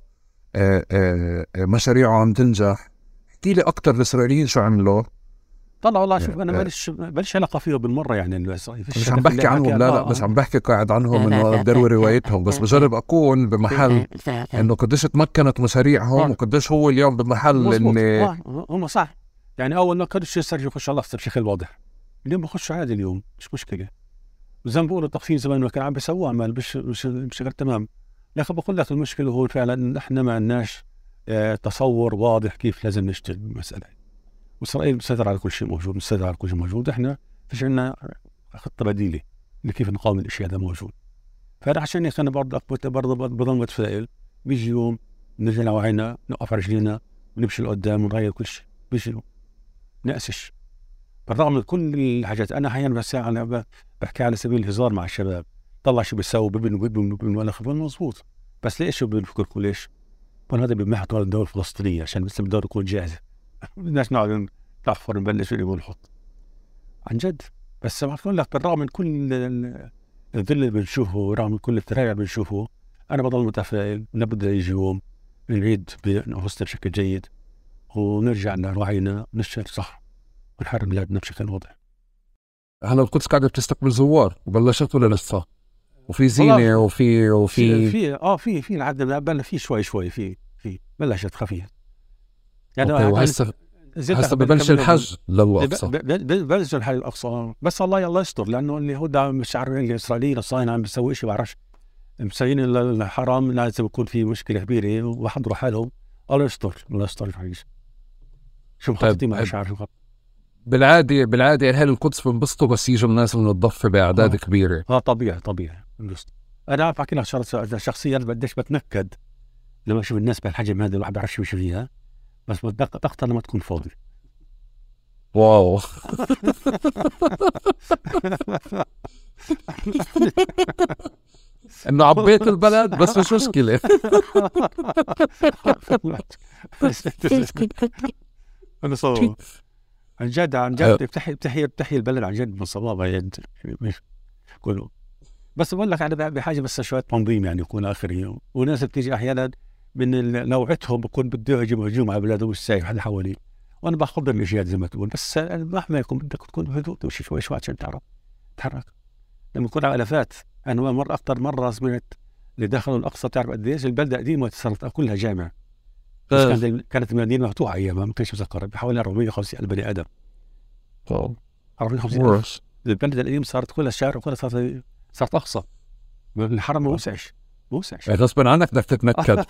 مشاريعه عم تنجح؟ احكي لي اكثر الاسرائيليين شو عملوا. طلع والله شوف انا ماليش علاقه فيه بالمره يعني مش عم بحكي عنهم، لا بس عم بحكي قاعد عنهم انه بروي روايتهم، بس بجرب اكون بمحل انه قديش تمكنت مشاريعهم وقديش هو اليوم بمحل اللي هم صح. يعني اول ما كانوا يسترجعوا يخش على الاقصى بشكل واضح، اليوم بخش عادي، اليوم مش مشكله. وزي ما بقول التقسيم زمان ما كان عم بيسووه عمل مش غير تمام. لكن بقول لك المشكله هو فعلا ان احنا ما عندناش تصور واضح كيف لازم نشتغل بالمساله. واسرائيل مسيطر على كل شيء موجود، مسيطر على كل شيء موجود، احنا فيش عندنا خطه بديله لكيف نقاوم الاشياء هذا موجود. فانا عشان هيك انا برضه بضل متفائل. بيجي يوم نرجع لوعينا، نوقف على رجلينا ونمشي لقدام ونغير كل شيء. بيجي يوم نأسش بالرغم من كل الحاجات. انا احيانا بس انا بحكي على سبيل الهزار مع الشباب، طلع شو بيسووا ببنوا ولا خبر مضبوط، بس ليش شو بنفكركم ليش؟ هذا بمحط الدولة الفلسطينية عشان بس الدولة تكون جاهزة. بدناش نقعد نحفر نبلش ونحط عن جد. بس بقول لك بالرغم من كل الذل اللي بنشوفه ورغم من كل التراجع اللي بنشوفه، انا بضل متفائل. نبدا يجي يوم نعيد بنفسنا بشكل جيد ونرجع لوعينا ونشتغل صح ونحرر بلادنا بشكل واضح. هلا القدس قاعدة بتستقبل زوار وبلشت ولا لسه؟ وفي زينة وفي في لحد بلش في شوي في بلشت خفيف يعني. وهسه ببلش الحج للأقصى، ببلش الحج الأقصى، بس الله يستر، لأنه اللي هو دا مش عارف الإسرائيليين الصهاينة عم بيسوي شيء بعرفش مسويين الحرام، لازم يكون في مشكلة كبيرة وحضروا حالهم. الله يستر الحقيقة. شو مخططين ما مش عارف. بالعادة أهل القدس بنبسطوا بس يجوا الناس من الضفة بأعداد كبيرة. طبيعي. أنا عارف أحكي لك شخصيا بديش بتنكد لما أشوف الناس بهالحجم هذا، الواحد بيعرف شو فيها، بس بدك لما تكون فاضي. واو. انه عبيت البلد بس مش مشكلة. انا صور عن جد بتحيي البلد عن جد من صبابة كله. بس بقول لك انا بحاجة بس شوية تنظيم يعني يكون اخر وناس بتيجي احيانا من نوعتهم بكون بده يجيب هجوم على بلاده والسايح حدا حواليه، وانا بخضر الاشياء زي ما تقول. بس مهما يكون بدك تكون هدوء تمشي شوي عشان تعرف تتحرك. لما يكون على الافات، انا اكثر مرة سمعت اللي دخلوا الاقصى، تعرف قديش البلده قديمه صارت كلها جامع. بس كانت المدينه مفتوحه ايامها، ما كانش مسكره، بحوالي 450,000 بني ادم. 450,000. البلده القديمه صارت كلها الشارع وكلها صارت اقصى. الحرم ما وسعش غصبا عنك بدك تتنكد.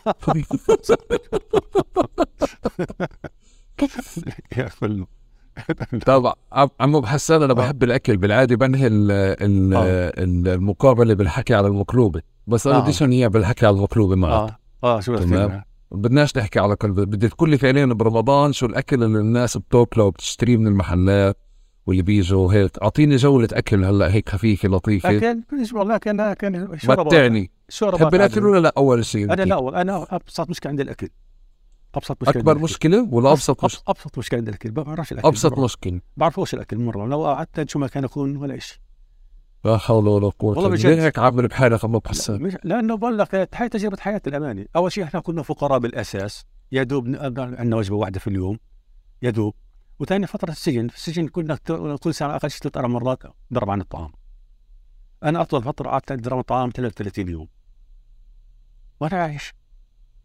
يا كله. طبعا عمو بحسن انا بحب الاكل بالعاده، بنهي المقابله بالحكي على المقلوبه، بس انا بديش انهيها بالحكي على المقلوبه معك. شو تمام. بدناش نحكي على بدي تقول لي فعليا برمضان شو الاكل اللي الناس بتاكله وبتشتريه من المحلات واللي بيجوا هيك. اعطيني جوله اكل هلا هيك خفيفه لطيفه. اكل والله كان متعني. تحب الاكل ولا لا؟ اول شيء انا ابسط مشكله عندي الاكل. أكبر مشكلة ولا أبسط مشكلة؟ أبسط مشكلة عند الأكل، ما بعرفش الأكل. أبسط مشكلة بعرفوش الأكل مرة، لو قعدت شو ما كان يكون ولا شيء. لا حول ولا قوة. ليه هيك عامل بحالك عم بحسن؟ لأنه بقول لك هاي تجربة حياة الأماني. أول شيء إحنا كنا فقراء بالأساس، يا دوب عندنا وجبة واحدة في اليوم يا دوب. وثاني فترة السجن، في السجن كنا كل سنة أقل شيء 3 مرات ضرب عن الطعام. أنا أطول فترة قعدت ضرب الطعام 33 يوم وأنا عايش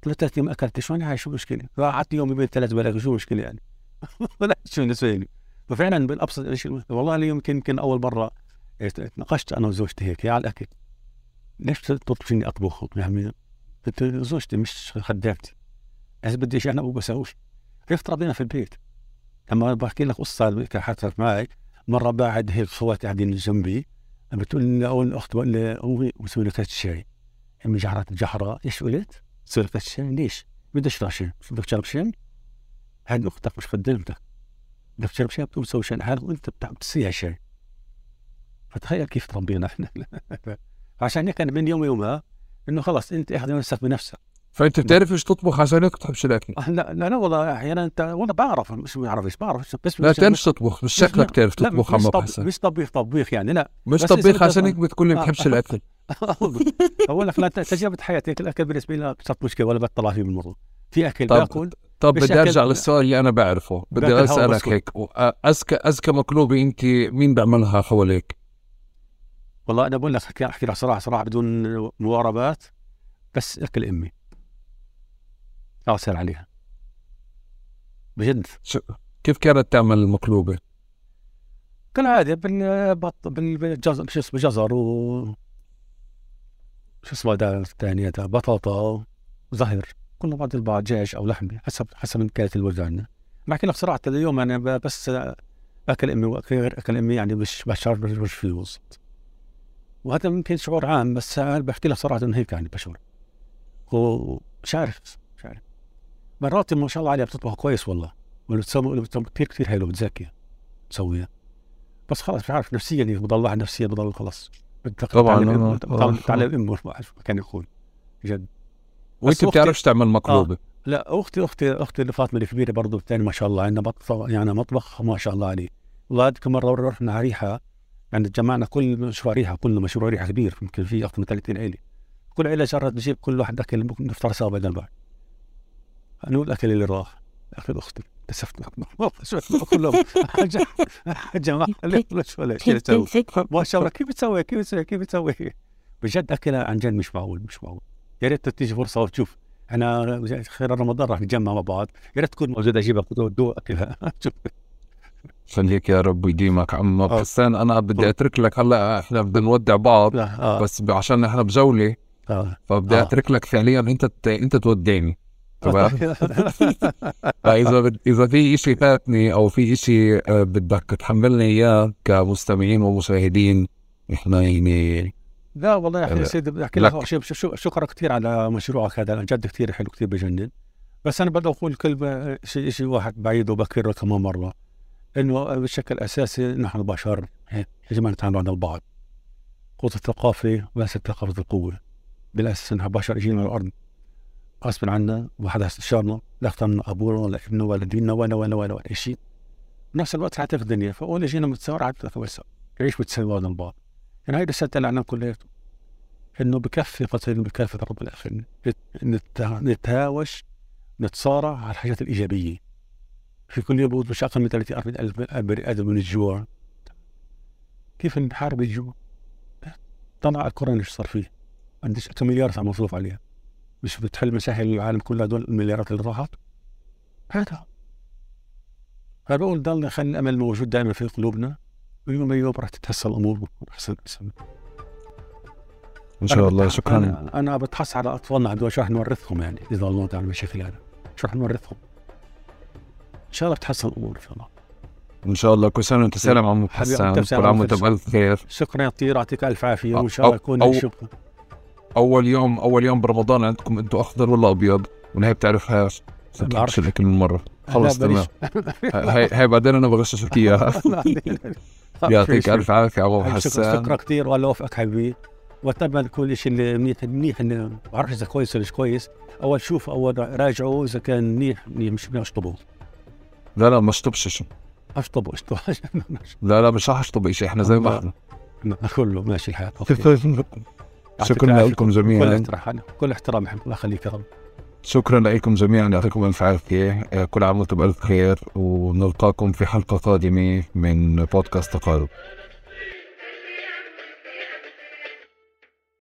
3 أيام ما أكلتش، وأنا هاي شو مشكلة؟ قعدت يوم بين 3 بلاغ، شو مشكلة يعني؟ ولا شو نسوي. ففعلا بالأبسط شيء والله اليوم يمكن أول مرة تناقشت أنا وزوجتي هيك على الأكل. ليش تطلب إني أطبخ؟ يعني زوجتي مش خدامتي، إذا بدي شيء أنا أبو بسويش. كيف تربينا في البيت؟ لما بحكي لك قصة حصلت معي مرة، بعد هيك خواتي قاعدين جنبي، بتقول لي أول أخت بقول لي أمي بسوي لك الشاي، أمي جحرت الجحرة. إيش قلت؟ بسوي لك الشاي ليش؟ بدي أشرب شاي. بدك تشرب شاي؟ هذه أختك مش خدامتك، بدك تشرب شاي بتقول سوي شاي، هذا وأنت بتسيها شاي. فتخيل كيف تربينا إحنا. عشان هيك أنا من يوم يومها إنه خلاص أنت اخذ نفسك بنفسك. فانت بتعرف ايش تطبخ عشان هيك تحبش الاكل؟ لا والله احيانا انت والله بعرف، مش بعرفش بس لا تعرف تطبخ، مش شكلك تعرف تطبخ عم بحسن. مش طبيخ يعني، لا مش طبيخ عشان هيك بتقول لي بتحبش الاكل. اقول لك لا، تجربه حياتي الاكل بالنسبه لي مش مشكله ولا بطلع فيه بالمره. في اكل باكل. طب بدي ارجع للسؤال اللي انا بعرفه، بدي اسالك هيك، اذكى مقلوبه انت مين بيعملها حواليك؟ والله انا بقول لك احكي لك صراحه بدون مواربات، بس اكل امي أغسل عليها بجد. كيف كانت تعمل المقلوبة؟ كالعادة بالجزر، شو اسمه جزر شو اسمه ده الثانية ده بطاطا وزهر، كله بعض البعض، دجاج أو لحمة حسب من كانت الوزن. بحكي لك صراحة اليوم أنا بس أكل أمي وغير أكل أمي يعني مش بشعر فيه وسط، وهذا ممكن شعور عام، بس أنا بحكي لك صراحة إنه هيك يعني بشعر. ومش عارف مرات ما شاء الله عليها بتطبخ كويس والله، وبتسوي كثير حلو، بتذكي تسويها، بس خلاص مش عارف نفسيا بضل واحد نفسيا بضل خلاص. طبعا تعلم امه كان يقول جد. وانت بتعرفش تعمل مقلوبة؟ لا اختي اللي فاطمه الكبيره برضه الثاني ما شاء الله عندنا يعني مطبخ ما شاء الله عليه. والله هذيك مره رحنا على ريحه، يعني جمعنا كل مشروع ريحه، كلنا مشروع ريحه كبير، يمكن في اكثر من 30 عيله، كل عيله جرت بجيب كل واحد اكل، نفطر سوا بدل بعض. أنا الأكل اللي راح أخذ أختي كسفت كلهم جماعة ما شاء الله كيف تسوي بجد أكلها عن جد مش معقول. يا ريت تيجي فرصة وتشوف، أنا خير رمضان راح نتجمع مع بعض، يا ريت تكون موجودة أجيبها ودوق أكلها. خليك يا رب يديمك عم حسان. أنا بدي أترك لك هلا، إحنا بدنا نودع بعض بس عشان إحنا بجولة فبدي أترك لك فعليا أنت تودعني. إذا في إشي فاتني أو في إشي بدك تحملني إياه كمستمعين ومشاهدين، إحنا يعني لا والله يا أخي سيدي بحكي لك شكرا كثير على مشروعك هذا، جد كثير حلو، كثير بجنن. بس أنا بدي أقول كلمة، شيء واحد بعيد وبكرره كمان مرة، إنه بشكل أساسي نحن بشر يجب أن نتعامل مع البعض. قوة الثقافة وليست ثقافة القوة، بالأساس نحن بشر جينا على الأرض غصبا عنا، وحدا استشارنا، لا اخترنا ابونا ولا ابننا ولا ديننا ولا شيء. بنفس الوقت حتى في الدنيا، فاول جينا متساوي على نتوسع، نعيش متساوي بعض البعض. يعني هاي رسالة الإعلام كلياته، إنه بكفي قتل بكافة رب العالمين، نتهاوش نتصارع على الحاجات الإيجابية. في كل يوم مش أقل من 30-40 ألف بني آدم من الجوع. كيف نحارب الجوع؟ طلع الكورونا ايش صار فيه؟ عندش 8 مليار صار مصروف عليها، مش بتحل مشاكل العالم كلها دول المليارات اللي راحت. هذا بقول ضلنا خلي الامل موجود دائما في قلوبنا، ويوم ما يوم راح تتحسن الامور وتحسن ان شاء الله. شكرا. انا بتحس على اطفالنا هذول شو راح نورثهم، يعني اذا الله تعالى المشاكل هذا شو راح نورثهم. ان شاء الله بتحسن الامور ان شاء الله. ان شاء الله. كل سنه وانت سالم عم حسان، كل عام وانت بالف خير. شكرا كثير، يعطيك الف عافيه، وان شاء الله يكون شكرا. اول يوم برمضان عندكم انتم اخضر ولا ابيض؟ ونهي بتعرفهاش، ما بعرفش الاكل من مره. خلص تمام. هي بعدين انا بغششك اياها. يعطيك الف عافيه ابو حسان. شكرا كثير، والله يوفقك حبيبي، واتمنى كل شيء اللي منيح انه ما بعرفش اذا كويس ولا مش كويس. اول شوف، اول راجعوا اذا كان منيح مش اشطبه. لا ما اشطبش. اشطبه لا مش راح اشطب شيء، احنا زي ما احنا كله ماشي الحياه. شكرا لكم جميعا، كل احترام. الله يخليك يا رب. شكرا لكم جميعا، يعطيكم الف عافيه، كل عام وانتم بالف خير، ونلقاكم في حلقه قادمه من بودكاست تقارب.